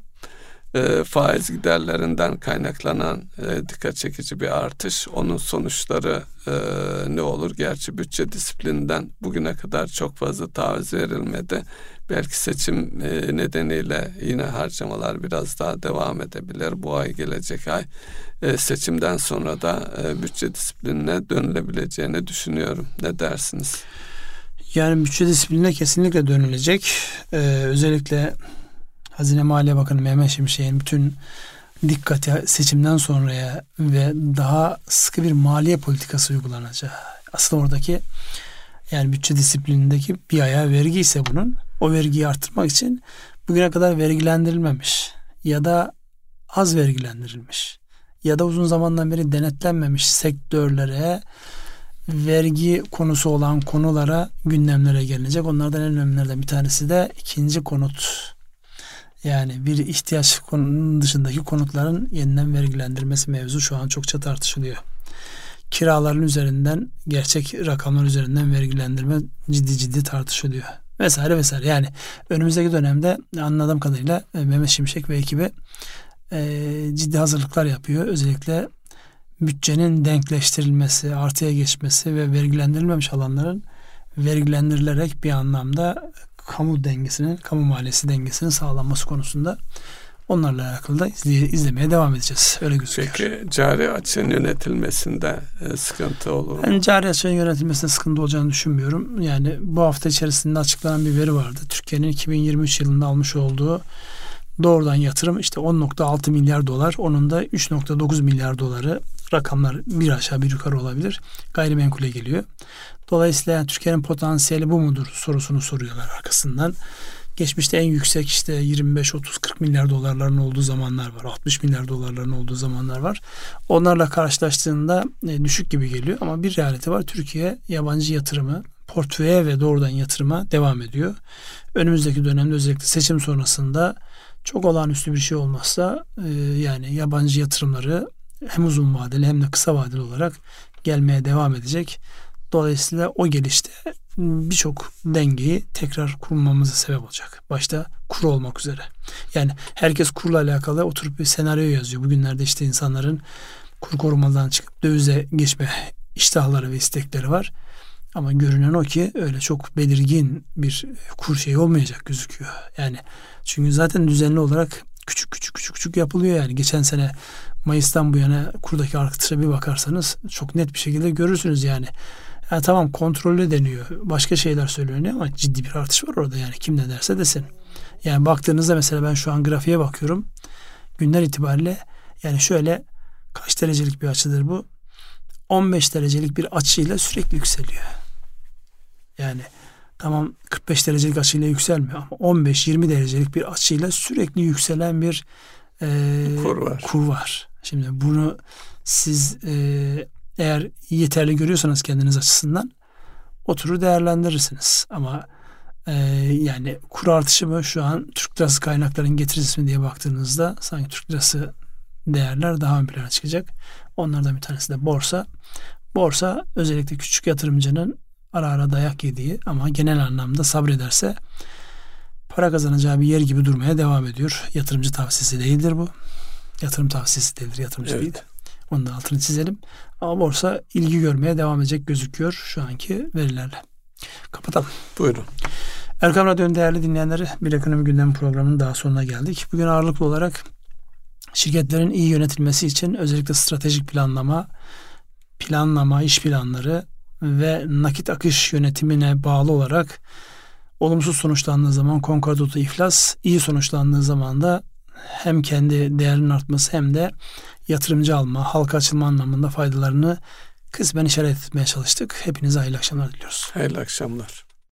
Faiz giderlerinden kaynaklanan dikkat çekici bir artış. Onun sonuçları ne olur? Gerçi bütçe disiplininden bugüne kadar çok fazla taviz verilmedi. Belki seçim nedeniyle yine harcamalar biraz daha devam edebilir. Bu ay, gelecek ay. Seçimden sonra da bütçe disiplinine dönülebileceğini düşünüyorum. Ne dersiniz? Yani bütçe disiplinine kesinlikle dönülecek. Ee, özellikle Hazine Maliye Bakanı Mehmet Şimşek'in bütün dikkati seçimden sonraya ve daha sıkı bir maliye politikası uygulanacağı. Aslında oradaki yani bütçe disiplinindeki bir ayağı vergi ise bunun, o vergiyi arttırmak için bugüne kadar vergilendirilmemiş ya da az vergilendirilmiş ya da uzun zamandan beri denetlenmemiş sektörlere, vergi konusu olan konulara, gündemlere gelecek. Onlardan en önemlilerden bir tanesi de ikinci konut. Yani bir ihtiyaç konunun dışındaki konutların yeniden vergilendirmesi mevzu şu an çokça tartışılıyor. Kiraların üzerinden, gerçek rakamlar üzerinden vergilendirme ciddi ciddi tartışılıyor. Vesaire vesaire. Yani önümüzdeki dönemde anladığım kadarıyla Mehmet Şimşek ve ekibi e, ciddi hazırlıklar yapıyor. Özellikle bütçenin denkleştirilmesi, artıya geçmesi ve vergilendirilmemiş alanların vergilendirilerek bir anlamda kamu dengesinin, kamu maliyesi dengesinin sağlanması konusunda onlarla alakalı da izleye, izlemeye devam edeceğiz. Öyle gözüküyor. Peki cari açığın yönetilmesinde e, sıkıntı olur mu? Ben cari açığın yönetilmesinde sıkıntı olacağını düşünmüyorum. Yani bu hafta içerisinde açıklanan bir veri vardı. Türkiye'nin iki bin yirmi üç yılında almış olduğu doğrudan yatırım işte on nokta altı milyar dolar. Onun da üç nokta dokuz milyar doları, rakamlar bir aşağı bir yukarı olabilir, gayrimenkule geliyor. Dolayısıyla yani Türkiye'nin potansiyeli bu mudur sorusunu soruyorlar arkasından. Geçmişte en yüksek işte yirmi beş otuz kırk milyar dolarların olduğu zamanlar var. altmış milyar dolarların olduğu zamanlar var. Onlarla karşılaştığında e, düşük gibi geliyor ama bir realite var. Türkiye yabancı yatırımı, portföye ve doğrudan yatırıma devam ediyor. Önümüzdeki dönemde özellikle seçim sonrasında çok olağanüstü bir şey olmazsa e, yani yabancı yatırımları hem uzun vadeli hem de kısa vadeli olarak gelmeye devam edecek. Dolayısıyla o gelişte birçok dengeyi tekrar kurmamıza sebep olacak. Başta kur olmak üzere. Yani herkes kurla alakalı oturup bir senaryo yazıyor. Bugünlerde işte insanların kur korumadan çıkıp dövize geçme iştahları ve istekleri var. Ama görünen o ki öyle çok belirgin bir kur şeyi olmayacak gözüküyor. Yani çünkü zaten düzenli olarak küçük küçük küçük küçük yapılıyor yani. Geçen sene Mayıs'tan bu yana kurdaki artışa bir bakarsanız çok net bir şekilde görürsünüz yani. Ha, tamam kontrollü deniyor. Başka şeyler söyleniyor ama ciddi bir artış var orada yani. Kim ne derse desin. Yani baktığınızda mesela ben şu an grafiğe bakıyorum. Günler itibariyle yani şöyle kaç derecelik bir açıdır bu? on beş derecelik bir açıyla sürekli yükseliyor. Yani tamam kırk beş derecelik açıyla yükselmiyor ama on beş yirmi derecelik bir açıyla sürekli yükselen bir e, kur var. kur var. Şimdi bunu siz e, eğer yeterli görüyorsanız kendiniz açısından oturur değerlendirirsiniz. Ama e, yani kur artışı mı şu an Türk lirası kaynakların getirisi mi diye baktığınızda sanki Türk lirası değerler daha ön plana çıkacak. Onlardan bir tanesi de borsa. Borsa özellikle küçük yatırımcının ara ara dayak yediği ama genel anlamda sabrederse para kazanacağı bir yer gibi durmaya devam ediyor. Yatırımcı tavsiyesi değildir bu. Yatırım tavsiyesi değildir, yatırımcı Evet. değil. Onun da altını çizelim. Ama borsa ilgi görmeye devam edecek gözüküyor şu anki verilerle. Kapatalım. Buyurun. Erkam Radyo'nun değerli dinleyenleri, Bir Ekonomi Gündemi programının daha sonuna geldik. Bugün ağırlıklı olarak şirketlerin iyi yönetilmesi için özellikle stratejik planlama, planlama, iş planları ve nakit akış yönetimine bağlı olarak olumsuz sonuçlandığı zaman konkordato iflas, iyi sonuçlandığı zaman da hem kendi değerinin artması hem de yatırımcı alma, halka açılma anlamında faydalarını kısmen işaret etmeye çalıştık. Hepinize hayırlı akşamlar diliyoruz. Hayırlı akşamlar.